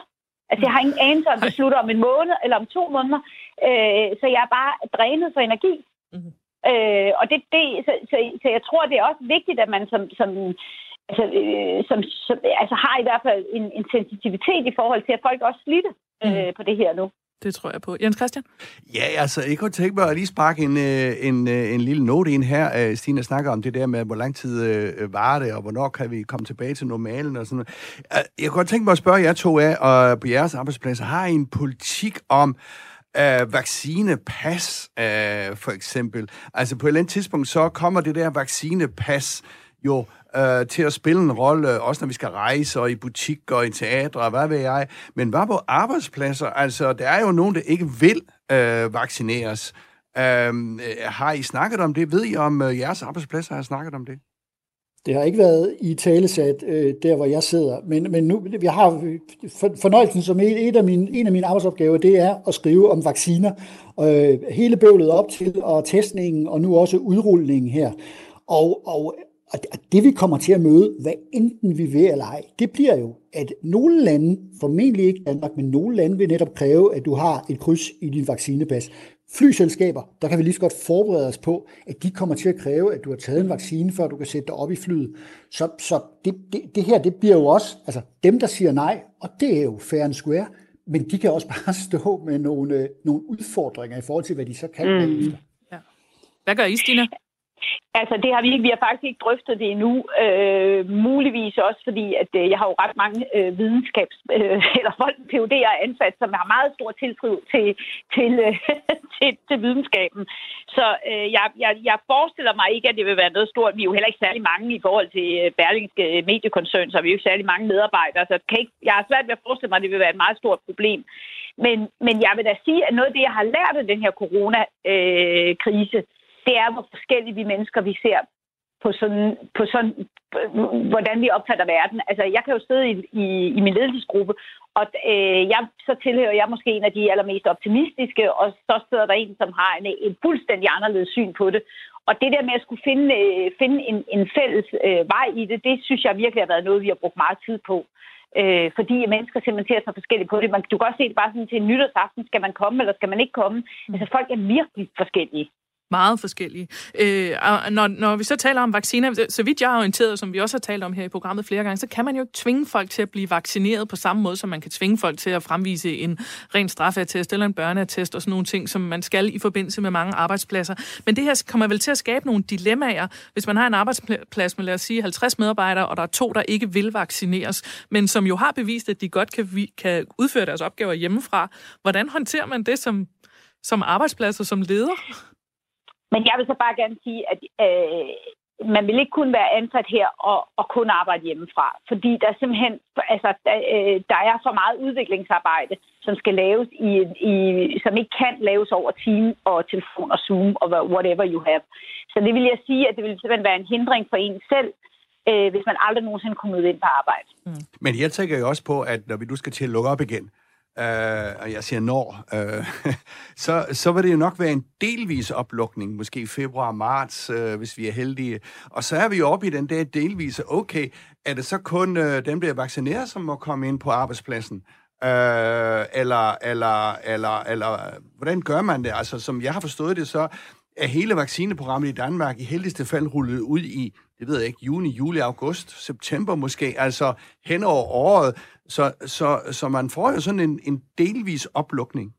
Altså, jeg har ingen anelse om, det slutter om en måned eller om to måneder. Øh, så jeg er bare drænet for energi. Mm-hmm. Øh, og det, det så, så, så jeg tror, det er også vigtigt, at man som, som, altså, øh, som, som altså, har i hvert fald en, en sensitivitet i forhold til, at folk også slidte øh, mm. på det her nu. Det tror jeg på. Jens Christian? Ja, altså, jeg kunne tænke mig at lige sparke en, en, en lille note ind her. Stine snakker om det der med, hvor lang tid øh, varer det, og hvornår kan vi komme tilbage til normalen og sådan noget. Jeg kunne godt tænke mig at spørge jer to af, og på jeres arbejdspladser, har I en politik om øh, vaccinepas, øh, for eksempel? Altså, på et eller andet tidspunkt, så kommer det der vaccinepas jo øh, til at spille en rolle, også når vi skal rejse, og i butikker, og i teatre, og hvad ved jeg. Men hvad på arbejdspladser? Altså, der er jo nogen, der ikke vil øh, vaccineres. Øh, har I snakket om det? Ved I, om øh, jeres arbejdspladser har snakket om det? Det har ikke været i talesat øh, der, hvor jeg sidder, men, men nu, jeg har for, fornøjelsen som et, et af mine, en af mine arbejdsopgaver, det er at skrive om vacciner. Øh, hele bøvlet op til, og testningen, og nu også udrulningen her. Og, og Og det, vi kommer til at møde, hvad enten vi vil eller ej, det bliver jo, at nogle lande, formentlig ikke Danmark, men nogle lande vil netop kræve, at du har et kryds i din vaccinepas. Flyselskaber, der kan vi lige så godt forberede os på, at de kommer til at kræve, at du har taget en vaccine, før du kan sætte dig op i flyet. Så, så det, det, det her, det bliver jo også, altså dem, der siger nej, og det er jo fair and square, men de kan også bare stå med nogle, nogle udfordringer i forhold til, hvad de så kan bagefter. Mm. Ja. Hvad gør I, Stine? Altså, det har vi ikke. Vi har faktisk ikke drøftet det endnu. Øh, muligvis også, fordi at øh, jeg har jo ret mange øh, videnskabs... Øh, eller folk, P H D'er ansat, som har meget stor tiltro til, til, øh, til, til videnskaben. Så øh, jeg, jeg, jeg forestiller mig ikke, at det vil være noget stort. Vi er jo heller ikke særlig mange i forhold til Berlingske mediekoncern, så vi er jo ikke særlig mange medarbejdere. Så kan ikke, jeg har svært ved at forestille mig, at det vil være et meget stort problem. Men, men jeg vil da sige, at noget af det, jeg har lært af den her coronakrise, øh, det er, hvor forskellige vi mennesker, vi ser på sådan, på sådan, hvordan vi opfatter verden. Altså, jeg kan jo sidde i, i, i min ledelsesgruppe, og øh, jeg, så tilhører jeg måske en af de allermest optimistiske, og så sidder der en, som har en, en fuldstændig anderledes syn på det. Og det der med at skulle finde, øh, finde en, en fælles øh, vej i det, det synes jeg virkelig har været noget, vi har brugt meget tid på. Øh, fordi mennesker simpelthen ser sig forskelligt på det. Man, du kan også se det bare sådan til en nytårsaften. Skal man komme, eller skal man ikke komme? Altså, folk er virkelig forskellige. Meget forskellige. Øh, når, når vi så taler om vacciner, så vidt jeg er orienteret, som vi også har talt om her i programmet flere gange, så kan man jo ikke tvinge folk til at blive vaccineret på samme måde, som man kan tvinge folk til at fremvise en ren straffeattest eller en børneattest og sådan nogle ting, som man skal i forbindelse med mange arbejdspladser. Men det her kommer vel til at skabe nogle dilemmaer, hvis man har en arbejdsplads med, lad os sige, halvtreds medarbejdere, og der er to, der ikke vil vaccineres, men som jo har bevist, at de godt kan, kan udføre deres opgaver hjemmefra. Hvordan håndterer man det som, som arbejdsplads og som leder? Men jeg vil så bare gerne sige, at øh, man vil ikke kun være ansat her og, og kun arbejde hjemmefra. Fordi der er simpelthen, altså, der, øh, der er for meget udviklingsarbejde, som skal laves, i, i, som ikke kan laves over Team og telefon og Zoom og whatever you have. Så det vil jeg sige, at det vil simpelthen være en hindring for en selv, øh, hvis man aldrig nogensinde kommer ud ind på arbejde. Mm. Men jeg tænker jo også på, at når vi nu skal til at lukke op igen, Uh, og jeg siger når, uh, så, så vil det jo nok være en delvis oplukning, måske februar-marts, uh, hvis vi er heldige. Og så er vi jo oppe i den der delvise, okay, er det så kun uh, dem, der er vaccineret, som må komme ind på arbejdspladsen? Uh, eller, eller, eller, eller, hvordan gør man det? Altså, som jeg har forstået det, så er hele vaccineprogrammet i Danmark i heldigste fald rullet ud i, det ved jeg ikke, juni, juli, august, september måske, altså hen over året. Så, så, så man får jo sådan en, en delvis oplukning.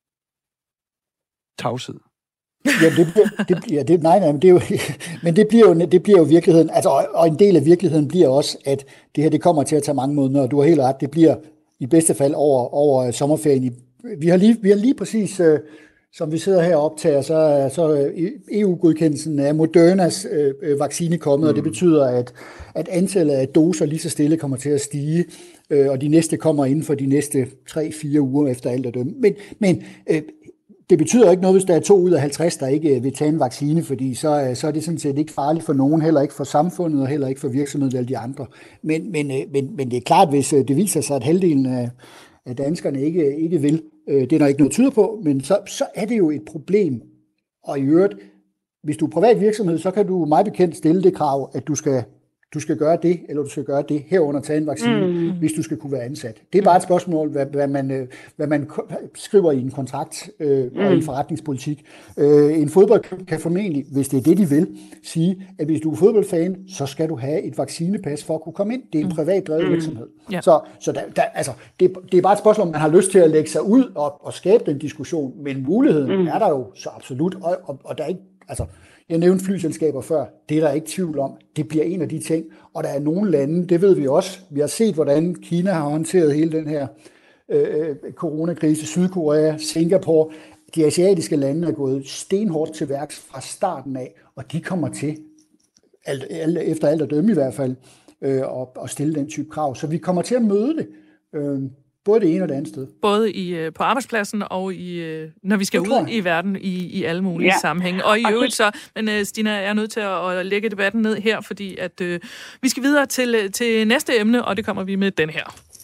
Tavshed. Ja, det bliver, det bliver, det, nej, nej, men det er jo, men det bliver jo, det bliver jo virkeligheden, altså, og, og en del af virkeligheden bliver også, at det her, det kommer til at tage mange måneder, og du har helt ret, det bliver i bedste fald over, over sommerferien. Vi har lige, vi har lige præcis, øh, som vi sidder her og optager, så, så E U-godkendelsen af Modernas øh, vaccine kommet, mm. og det betyder, at, at antallet af doser lige så stille kommer til at stige, øh, og de næste kommer inden for de næste tre fire uger efter alt at dømme. Men, men øh, det betyder ikke noget, hvis der er to ud af halvtreds, der ikke vil tage en vaccine, fordi så, så er det sådan set ikke farligt for nogen, heller ikke for samfundet, og heller ikke for virksomheden eller de andre. Men, men, men, men det er klart, hvis det viser sig, at halvdelen af, af danskerne ikke, ikke vil, det er der ikke noget tyder på, men så, så er det jo et problem. Og i øvrigt, hvis du er privat virksomhed, så kan du meget bekendt stille det krav, at du skal du skal gøre det, eller du skal gøre det, herunder tage en vaccine, mm. hvis du skal kunne være ansat. Det er bare et spørgsmål, hvad, hvad, man, hvad man skriver i en kontrakt øh, mm. og i en forretningspolitik. Øh, en fodboldklub kan formentlig, hvis det er det, de vil, sige, at hvis du er fodboldfan, så skal du have et vaccinepas for at kunne komme ind. Det er en privat drevet mm. virksomhed. Ja. Så, så der, der, altså, det, det er bare et spørgsmål, om man har lyst til at lægge sig ud og, og skabe den diskussion, men muligheden mm. er der jo så absolut, og, og, og der er ikke, altså, jeg nævnte flyselskaber før, det er der ikke tvivl om. Det bliver en af de ting, og der er nogle lande, det ved vi også. Vi har set, hvordan Kina har håndteret hele den her øh, coronakrise, Sydkorea, Singapore. De asiatiske lande er gået stenhårdt til værks fra starten af, og de kommer til, alt, alt, efter alt at dømme i hvert fald, øh, at, at stille den type krav. Så vi kommer til at møde det. Øh, Både det ene og det andet sted. Både i, på arbejdspladsen og i, når vi skal ud i verden i, i alle mulige ja. sammenhænge. Og i øvrigt så, men Stina, jeg er nødt til at, at lægge debatten ned her, fordi at øh, vi skal videre til, til næste emne, og det kommer vi med den her.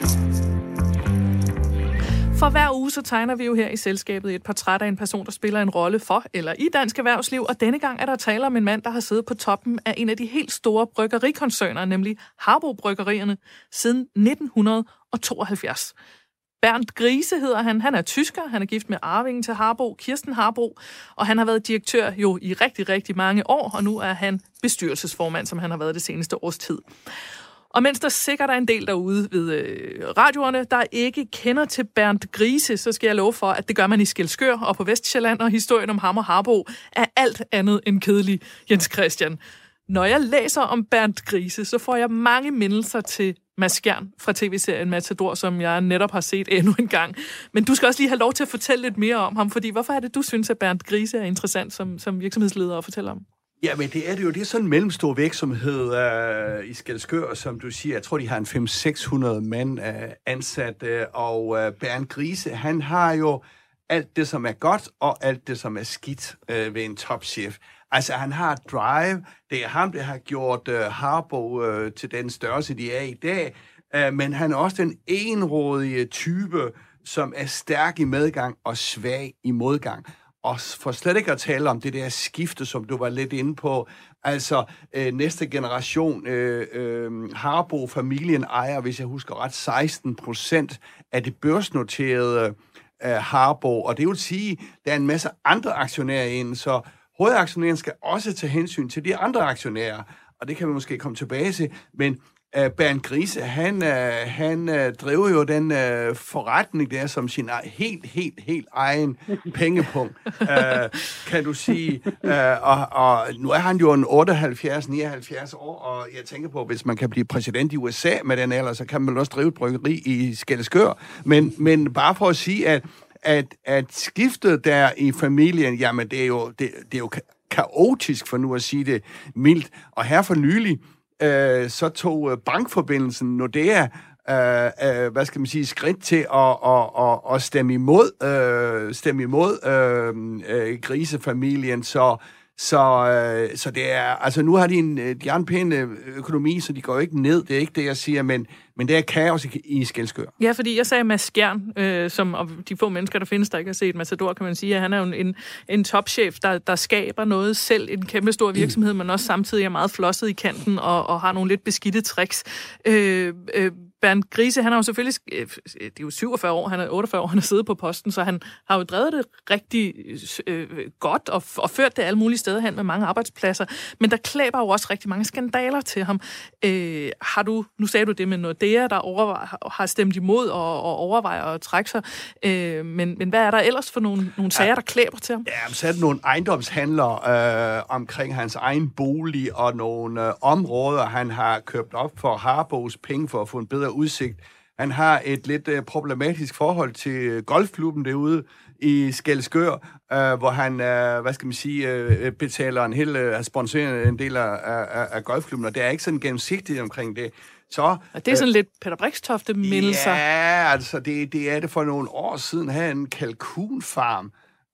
For hver uge så tegner vi jo her i selskabet et portræt af en person, der spiller en rolle for eller i dansk erhvervsliv, og denne gang er der tale om en mand, der har siddet på toppen af en af de helt store bryggerikoncerner, nemlig Harbo Bryggerierne, siden nitten tooghalvfjerds. Bernd Griese hedder han. Han er tysker. Han er gift med arvingen til Harbo, Kirsten Harbo, og han har været direktør jo i rigtig, rigtig mange år, og nu er han bestyrelsesformand, som han har været det seneste års tid. Og mens der sikkert er en del derude ved øh, radioerne, der ikke kender til Bernd Griese, så skal jeg love for, at det gør man i Skælskør og på Vestsjælland, og historien om ham og Harbo er alt andet end kedelig, Jens Christian. Når jeg læser om Bernd Griese, så får jeg mange mindelser til Mads Skjern fra tv-serien Matador, som jeg netop har set endnu en gang. Men du skal også lige have lov til at fortælle lidt mere om ham, fordi hvorfor er det, du synes, at Bernd Griese er interessant som, som virksomhedsleder at fortælle om? Ja, men det er det jo. Det er sådan en mellemstor virksomhed uh, i Skælskør, som du siger. Jeg tror, de har en fem til seks hundrede mand uh, ansat, uh, og uh, Bernd Griese, han har jo alt det, som er godt, og alt det, som er skidt uh, ved en topchef. Altså, han har drive. Det er ham, der har gjort uh, Harbo uh, til den størrelse, de er i dag. Uh, men han er også den enrådige type, som er stærk i medgang og svag i modgang. Og for slet ikke at tale om det der skifte, som du var lidt inde på. Altså, øh, næste generation, øh, øh, Harbo-familien ejer, hvis jeg husker ret, seksten procent af det børsnoterede øh, Harbo. Og det vil sige, der er en masse andre aktionærer inde, så hovedaktionæren skal også tage hensyn til de andre aktionærer. Og det kan vi måske komme tilbage til, men Uh, Bernd Griese, han, uh, han uh, driver jo den uh, forretning der som sin helt, helt, helt egen pengepunkt, uh, kan du sige. Uh, og, og nu er han jo en otteoghalvfjerds nioghalvfjerds år, og jeg tænker på, hvis man kan blive præsident i U S A med den alder, så kan man også drive et bryggeri i Skælskør. Men, men bare for at sige, at, at, at skiftet der i familien, jamen det er jo, det, det er jo kaotisk, for nu at sige det mildt. Og her for nylig, Øh, så tog bankforbindelsen Nordea, øh, øh, hvad skal man sige, skridt til at, at, at, at stemme imod, øh, stemme imod øh, øh, Griese-familien. Så, så, øh, så det er, altså nu har de en, de har en pæn økonomi, så de går ikke ned, det er ikke det, jeg siger, men, men det er kaos i, i Skælskør. Ja, fordi jeg sagde Mads Skjern, øh, som og de få mennesker, der findes, der ikke har set Matador, kan man sige, at han er jo en, en topchef, der, der skaber noget selv, en kæmpe stor virksomhed, men også samtidig er meget flosset i kanten og, og har nogle lidt beskidte tricks. Øh, øh, Bernd Griese, han har jo selvfølgelig, det er jo syvogfyrre år, han er otteogfyrre år, han har siddet på posten, så han har jo drevet det rigtig øh, godt og, og ført det alle mulige steder hen med mange arbejdspladser, men der klæber jo også rigtig mange skandaler til ham. Øh, har du, nu sagde du det med Nordea, der overvejer, har stemt imod og, og overvejer at trække sig, øh, men, men hvad er der ellers for nogle, nogle sager, ja, der klæber til ham? Ja, så er der nogle ejendomshandler øh, omkring hans egen bolig og nogle øh, områder, han har købt op for Harbos penge for at få en bedre udsigt. Han har et lidt uh, problematisk forhold til golfklubben derude i Skælskør, uh, hvor han, uh, hvad skal man sige, uh, betaler en hel, uh, sponsorerer en del af, af, af golfklubben, og det er ikke sådan gennemsigtigt omkring det. Så, og det er sådan uh, lidt Peter Brixtofte-mindelser. Ja, altså det, det er det for nogle år siden, han havde en kalkunfarm,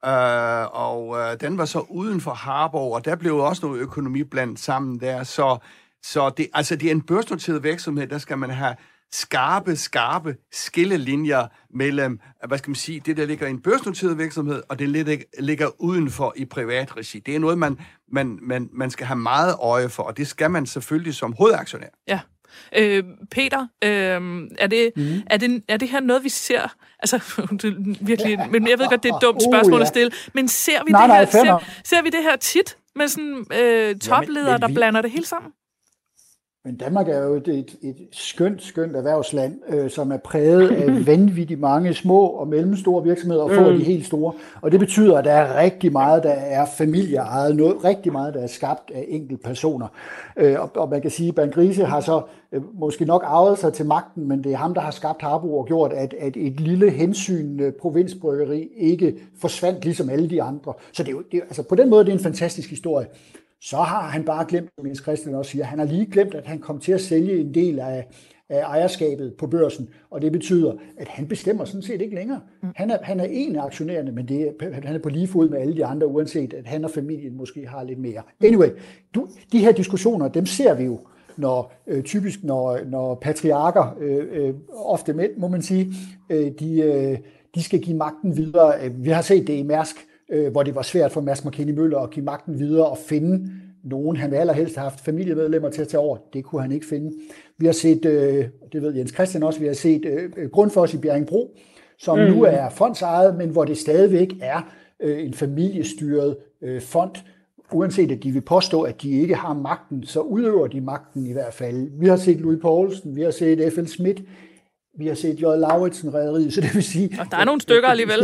uh, og uh, den var så uden for Harbo, og der blev også noget økonomi blandt sammen der, så Så det, altså det er en børsnoteret virksomhed, der skal man have skarpe, skarpe skillelinjer mellem, hvad skal man sige, det, der ligger i en børsnoteret virksomhed, og det, der ligger udenfor i privat regi. Det er noget, man, man, man, man skal have meget øje for, og det skal man selvfølgelig som hovedaktionær. Ja. Øh, Peter, øh, er, det, mm. er, det, er det her noget, vi ser? Altså, virkelig, men jeg ved godt, det er et dumt spørgsmål uh, ja. at stille, men ser vi, nej, det, her, nej, ser, ser vi det her tit med sådan øh, topledere, ja, men, men vi... der blander det hele sammen? Men Danmark er jo et, et, et skønt, skønt erhvervsland, øh, som er præget af vanvittigt mange små og mellemstore virksomheder, og få mm. de helt store. Og det betyder, at der er rigtig meget, der er familieejet, noget, rigtig meget, der er skabt af enkelte personer. Øh, og, og man kan sige, at Bernd Griese har så øh, måske nok arvet sig til magten, men det er ham, der har skabt Harbo og gjort, at, at et lille hensyn provinsbryggeri ikke forsvandt ligesom alle de andre. Så det er jo, det, altså på den måde det er en fantastisk historie. Så har han bare glemt, som Jens Christian også siger, han har lige glemt, at han kom til at sælge en del af, af ejerskabet på børsen, og det betyder, at han bestemmer sådan set ikke længere. Han er, han er en af aktionærerne, men det er, han er på lige fod med alle de andre, uanset at han og familien måske har lidt mere. Anyway, du, de her diskussioner, dem ser vi jo, når øh, typisk når, når patriarker, øh, øh, ofte mænd, må man sige, øh, de, øh, de skal give magten videre. Vi har set det i Mærsk, hvor det var svært for Mads McKinney Møller at give magten videre og finde nogen. Han ville allerhelst have haft familiemedlemmer til at tage over. Det kunne han ikke finde. Vi har set, det ved Jens Christian også, vi har set Grundfos i Bjerringbro, som mm. nu er fondsejet, men hvor det stadigvæk er en familiestyret fond. Uanset at de vil påstå, at de ikke har magten, så udøver de magten i hvert fald. Vi har set Louis Poulsen, vi har set F L Schmidt, vi har set J. Lauritsen-rederiet, så det vil sige... Og der er nogle stykker alligevel.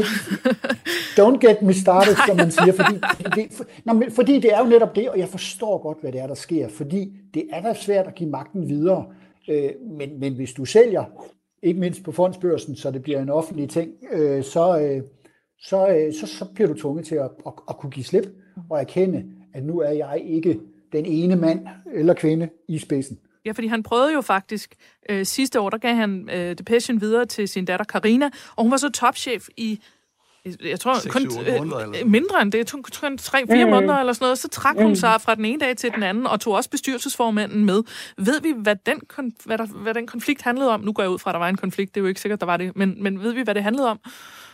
Don't get me started, som man siger, fordi det, for, nå, men, fordi det er jo netop det, og jeg forstår godt, hvad det er, der sker, fordi det er da svært at give magten videre, øh, men, men hvis du sælger, ikke mindst på fondsbørsen, så det bliver en offentlig ting, øh, så, øh, så, øh, så, så bliver du tvunget til at, at, at kunne give slip og erkende, at nu er jeg ikke den ene mand eller kvinde i spidsen. Ja, fordi han prøvede jo faktisk øh, sidste år, der gav han øh, Depression videre til sin datter Karina, og hun var så topchef i, jeg tror, kun øh, mindre end det, jeg tror, tre-fire mm. måneder eller sådan noget. Så trak hun sig fra den ene dag til den anden, og tog også bestyrelsesformanden med. Ved vi, hvad den, hvad, der, hvad den konflikt handlede om? Nu går jeg ud fra, at der var en konflikt, det er jo ikke sikkert, der var det, men, men ved vi, hvad det handlede om?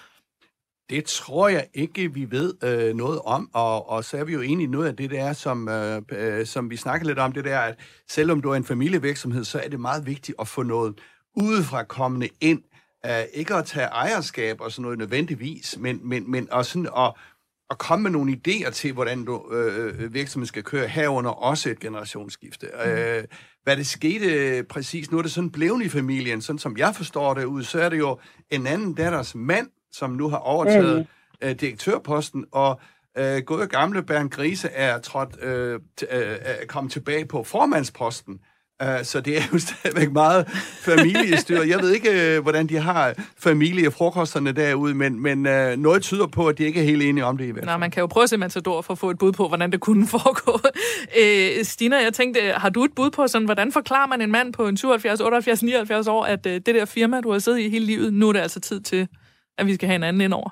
Det tror jeg ikke, vi ved øh, noget om, og, og så er vi jo enige i noget af det der, som, øh, øh, som vi snakker lidt om, det der, at selvom du er en familievirksomhed, så er det meget vigtigt at få noget udefra kommende ind. Øh, ikke at tage ejerskab og sådan noget nødvendigvis, men, men, men og sådan at, at komme med nogle idéer til, hvordan du, øh, virksomheden skal køre, herunder også et generationsskifte. Mm. Øh, hvad det skete præcis, nu er det sådan blevet i familien, sådan som jeg forstår det ud, så er det jo en anden datters mand, som nu har overtaget mm. øh, direktørposten, og øh, gode gamle Bernd Griese er trådt, øh, t- øh, er kommet tilbage på formandsposten. Uh, så det er jo stadigvæk meget familiestyret. Jeg ved ikke, øh, hvordan de har familiefrokosterne derude, men, men øh, noget tyder på, at de ikke er helt enige om det i hvert fald. Nå, man kan jo prøve at se Matador for at få et bud på, hvordan det kunne foregå. øh, Stina, jeg tænkte, har du et bud på, sådan, hvordan forklarer man en mand på en syvoghalvfjerds, otteoghalvfjerds, nioghalvfjerds år, at øh, det der firma, du har siddet i hele livet, nu er det altså tid til, at vi skal have en anden ind over?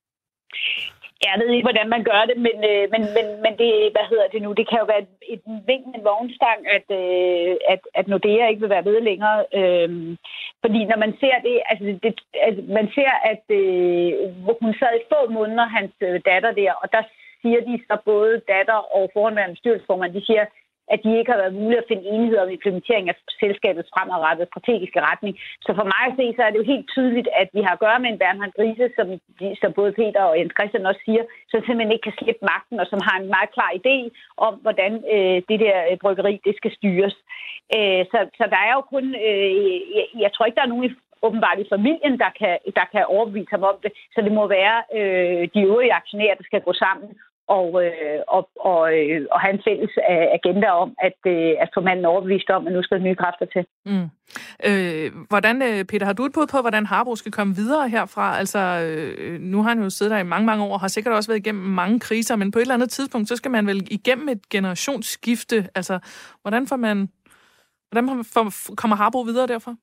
Jeg ved ikke, hvordan man gør det, men, øh, men, men, men det, hvad hedder det nu, det kan jo være et, et vink med en vognstang, at, øh, at, at Nordea ikke vil være ved længere. Øh, fordi når man ser det, altså, det, altså man ser, at øh, hun sad i få måneder, hans øh, datter der, og der siger de så både datter og foranværende bestyrelsesformand, de siger, at de ikke har været muligt at finde enighed om implementering af selskabets fremadrettede strategiske retning. Så for mig at se, så er det jo helt tydeligt, at vi har at gøre med en Bernhard Griese, som, som både Peter og Jens Christian også siger, som simpelthen ikke kan slippe magten, og som har en meget klar idé om, hvordan øh, det der bryggeri, det skal styres. Øh, så, så der er jo kun, øh, jeg, jeg tror ikke, der er nogen i åbenbart i familien, der kan, der kan overbevise ham om det. Så det må være øh, de øvrige aktionærer, der skal gå sammen og, øh, og, og, øh, og have en fælles agenda om, at, øh, at få manden overbevist om, at nu skal nye kræfter til. Mm. Øh, hvordan, Peter, har du et bud på, hvordan Harbo skal komme videre herfra? Altså, øh, nu har han jo siddet der i mange, mange år, har sikkert også været igennem mange kriser, men på et eller andet tidspunkt, så skal man vel igennem et generationsskifte. Altså, hvordan får man, hvordan får, kommer Harbo videre derfra?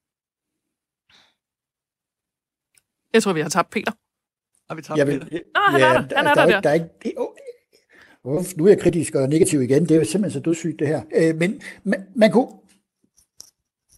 Jeg tror, vi har tabt Peter. Har vi tabt Peter? Nå, han ja, er der. Han er der, der, der. der er ikke, det, oh, nu er jeg kritisk og negativ igen. Det er jo simpelthen så dødssygt, det her. Øh, men man, man kunne...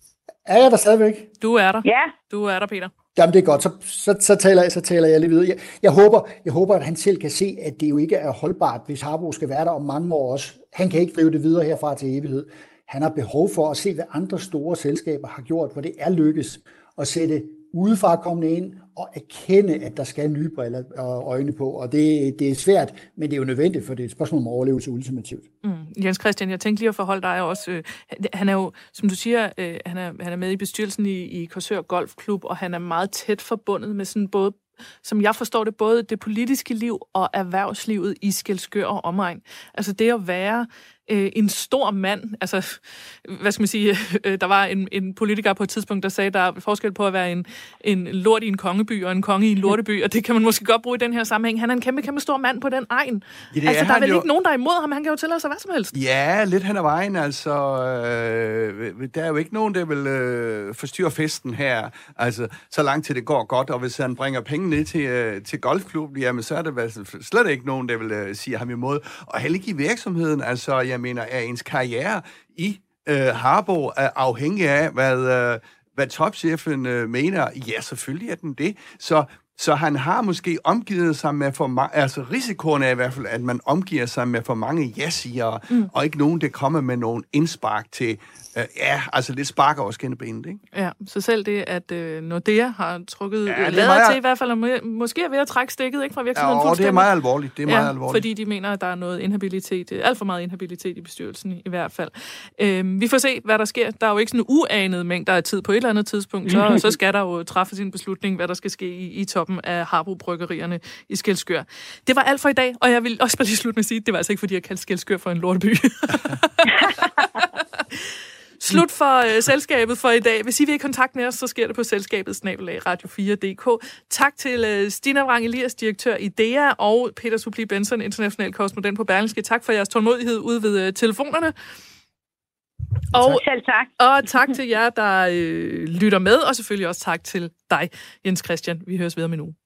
Er jeg der stadigvæk? Du er der. Ja. Du er der, Peter. Jamen, det er godt. Så, så, så, taler, så taler jeg lige videre. Jeg, jeg, håber, jeg håber, at han selv kan se, at det jo ikke er holdbart, hvis Harbo skal være der om mange år også. Han kan ikke drive det videre herfra til evighed. Han har behov for at se, hvad andre store selskaber har gjort, hvor det er lykkes at sætte udefra kommende ind og erkende, at der skal nye briller og øjne på. Og det, det er svært, men det er jo nødvendigt, for det er et spørgsmål om overlevelse ultimativt. Mm. Jens Christian, jeg tænkte lige at forholde dig også. Øh, han er jo, som du siger, øh, han, er, han er med i bestyrelsen i, i Korsør Golfklub, og han er meget tæt forbundet med sådan både, som jeg forstår det, både det politiske liv og erhvervslivet i Skælskør og omegn. Altså det at være øh, en stor mand, altså, hvad skal man sige, øh, der var en, en politiker på et tidspunkt, der sagde, der er forskel på at være en, en lort i en kongeby og en konge i en lorteby, og det kan man måske godt bruge i den her sammenhæng. Han er en kæmpe, kæmpe stor mand på den egen. Ja, altså, der er vel jo ikke nogen, der er imod ham, han kan jo tillade sig hvad som helst. Ja, lidt hen ad vejen, altså, øh, der er jo ikke nogen, der vil øh, forstyrre festen her, altså, så langt til det går godt, og hvis han bringer penge ned til, øh, til golfklubben, jamen, så er det slet ikke nogen, der vil øh, sige ham imod, og heller ikke i virksomheden, altså, jeg mener, er ens karriere i øh, Harbo er afhængig af, hvad, øh, hvad topchefen øh, mener. Ja, selvfølgelig er den det. Så, så han har måske omgivet sig med for mange, altså risikoen er i hvert fald, at man omgiver sig med for mange ja-sigere, mm. og ikke nogen, der kommer med nogen indspark til, øh, ja, altså lidt spark over skinnebenet, ikke? Ja, så selv det, at øh, Nordea har trukket ja, lader meget... til i hvert fald, og må, måske er ved at trække stikket, ikke, fra virksomheden ja, og det er meget alvorligt, det er meget ja, alvorligt. fordi de mener, at der er noget inhabilitet, alt for meget inhabilitet i bestyrelsen i, i hvert fald. Øhm, vi får se, hvad der sker. Der er jo ikke sådan en uanet mængde af tid på et eller andet tidspunkt, så, så skal der jo træffes en beslutning, hvad der skal ske i, i toppen af Harbo-bryggerierne i Skælskør. Det var alt for i dag, og jeg vil også bare lige slutte med at sige, det var altså ikke, fordi jeg kaldte Skælskør for en lorteby. Slut for øh, selskabet for i dag. Hvis I vil i kontakt med os, så sker det på selskabet snabel-a radio fire punktum d k. Tak til øh, Stina Vrang Elias, direktør i D E A, og Peter Supli Benson, international korrespondent på Berlingske. Tak for jeres tålmodighed ude ved øh, telefonerne. Og, Selv tak. Og tak til jer, der øh, lytter med, og selvfølgelig også tak til dig, Jens Christian. Vi høres videre med nu.